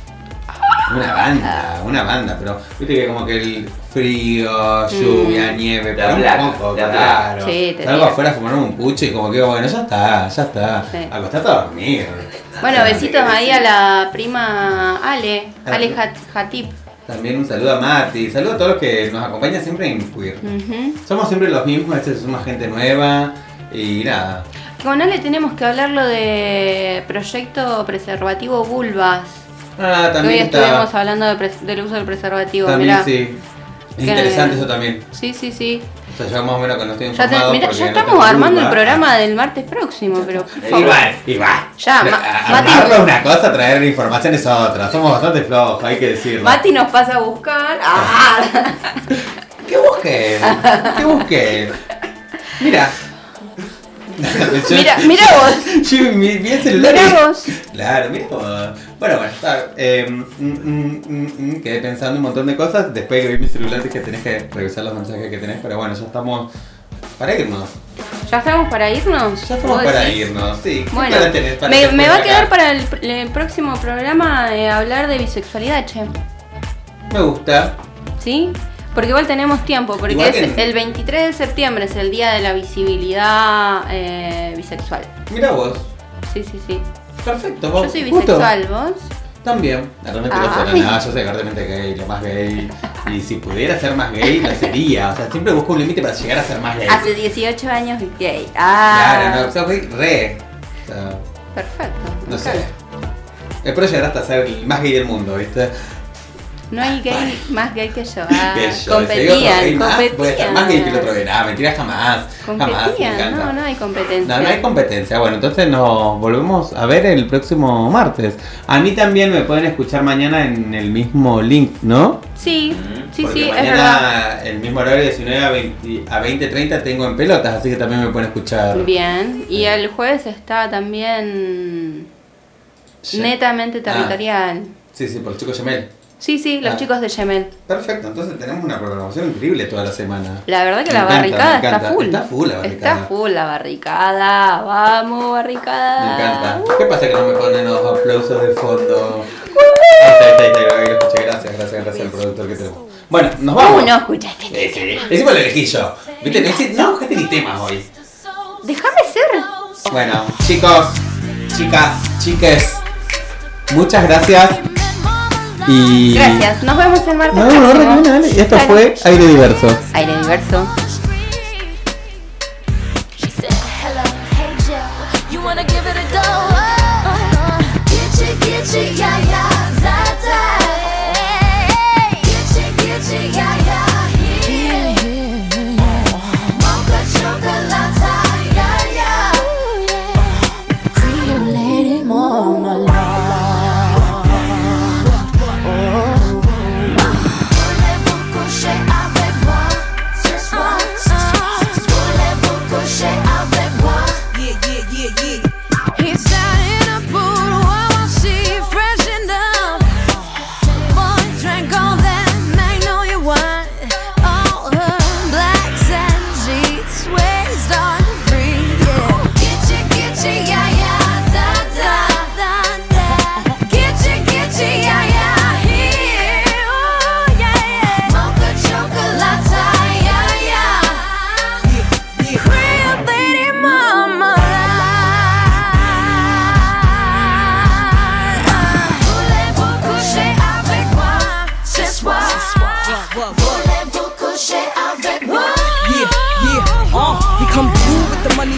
Una banda, pero viste que como que el frío, lluvia, nieve, Te pero un aplaca, poco, te aplaca. claro. Sí, te Salgo tira. afuera a fumarme un pucho y como que bueno, ya está. Sí. Acostate a dormir. Bueno, besitos ahí a la prima Ale Ah, Hatip. También un saludo a Mati, saludo a todos los que nos acompañan siempre en queer. Ujú. Somos siempre los mismos, a veces somos gente nueva y nada. Con Ale tenemos que hablarlo de proyecto preservativo vulvas. Ah, Que hoy también estuvimos está. hablando del uso del preservativo. También mirá. sí. Es Que- interesante eso también. Sí. O sea, yo más o menos que no estoy Ya, informado. mirá, porque ya no estamos tengo armando el vulva. programa del martes próximo, pero por favor. Igual. Ya, Mati, Armarlo es una cosa, traer información es otra. Somos bastante flojos, hay que decirlo. Mati nos pasa a buscar. Ah. ¿Qué busquen? Mira. Mira vos. Yo vi el celular. Mirá vos. Claro, mira vos. Bueno, está. Quedé pensando un montón de cosas. Después que vi mi celular dije que tenés que revisar los mensajes que tenés. Pero bueno, ya estamos para irnos. ¿Ya estamos para irnos? Ya estamos ¿Vos para decís? irnos, sí. ¿Qué Bueno, plan tenés para me después va a de quedar acá? para el próximo programa hablar de bisexualidad, che. Me gusta. ¿Sí? Porque igual tenemos tiempo, porque Igual es que- el 23 de septiembre, es el día de la visibilidad bisexual. Mira vos. Sí. Perfecto, vos. Yo soy justo. bisexual, ¿vos? También. Realmente Ay. lo sé, no, yo soy claramente gay, lo más gay. Y si pudiera ser más gay, lo sería. O sea, siempre busco un límite para llegar a ser más gay. Hace 18 años gay. Ah, Claro, no, sos gay re. O sea, perfecto. no sé. Espero llegar hasta ser el más gay del mundo, ¿viste? No hay gay más gay que yo. Ah, Que yo, si hay otro gay competían, más, voy a ser más gay que el otro gay. Nada, mentira, jamás. Jamás, me Competían, encanta. no hay competencia. No hay competencia. Bueno, entonces nos volvemos a ver el próximo martes. A mí también me pueden escuchar mañana en el mismo link, ¿no? Sí, Porque es verdad. mañana el mismo horario de 19 a 20:30 tengo en pelotas, así que también me pueden escuchar. Bien, y el jueves está también Ya. netamente territorial. Sí, por el chico Gemel. Sí, los Ah. chicos de Yemel. Perfecto, entonces tenemos una programación increíble toda la semana. La verdad que Me la encanta, barricada me está encanta. full. Está full la barricada. Está full la barricada. Vamos, barricada. Me encanta. ¿Qué pasa que no me ponen los aplausos de fondo? Ahí lo escuché. Gracias al productor que tenemos. Bueno, nos vamos. No escuchaste. Sí. Encima lo elegí yo. ¿Viste? Me dice, no, buscaste ni temas hoy. Déjame ser. Bueno, chicos, chicas, chiques, muchas gracias. Y. Gracias, nos vemos el martes. No, próximo. dale. Y esto Dale. fue Aire Diverso. Aire diverso. She said, hello, hey Joe, you wanna give it a go? Get you, yeah, yeah, za-za. Get you, yeah, yeah, here. Mocha chocolate, yeah, yeah. Cream lady, mama,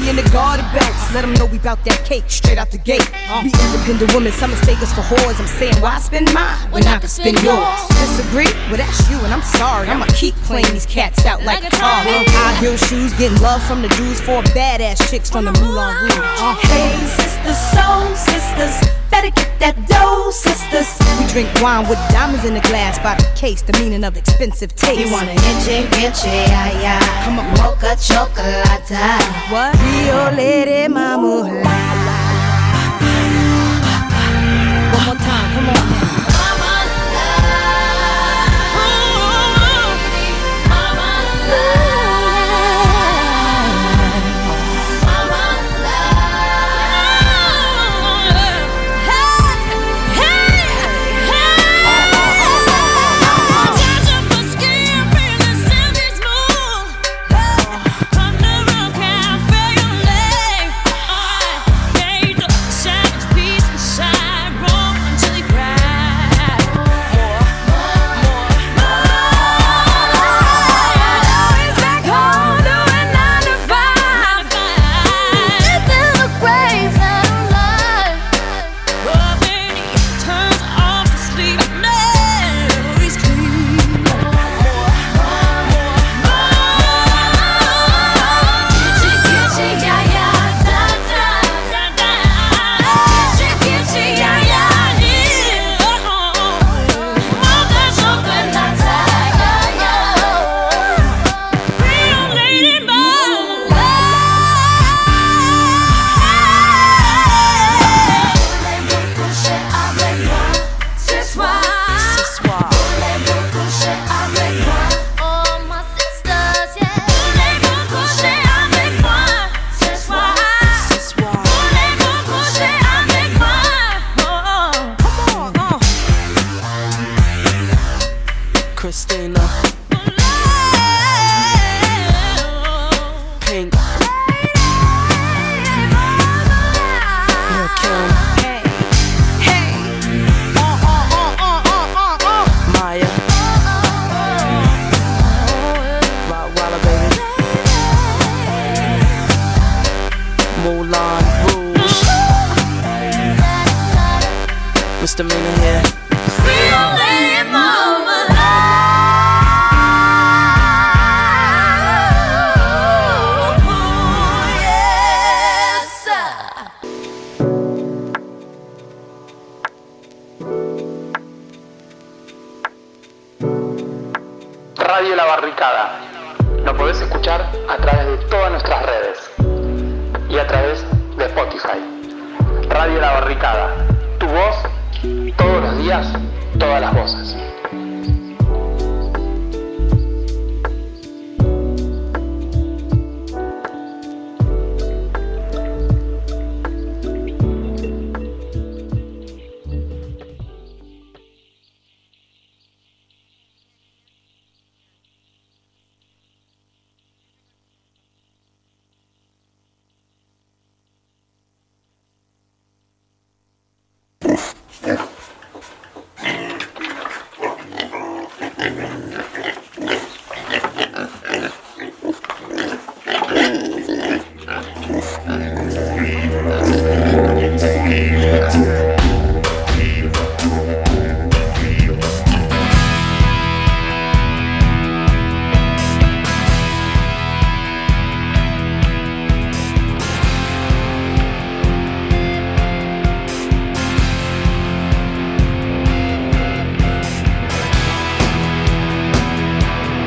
in the garden belt. Let them know we bout that cake straight out the gate. We independent women, some mistake us for whores. I'm saying, why spend mine when I can spend yours? Disagree? Well, that's you, and I'm sorry. I'ma keep playing these cats out like a car. High heel shoes, getting love from the dudes, 4 badass chicks from the Moulin Rouge. Hey, sisters, soul sisters, better get that dough, sisters. We drink wine with diamonds in the glass by the case, the meaning of expensive taste. You wanna itchy, ay, ay. Come on, mocha chocolate. What? Rio Lady Mama. One more time, come on now. Christina, Pink, Lil' Kim, Maya, Rottweiler baby, Moulin Rouge, Misdemeanor here. Radio La Barricada. Nos podés escuchar a través de todas nuestras redes y a través de Spotify. Radio La Barricada.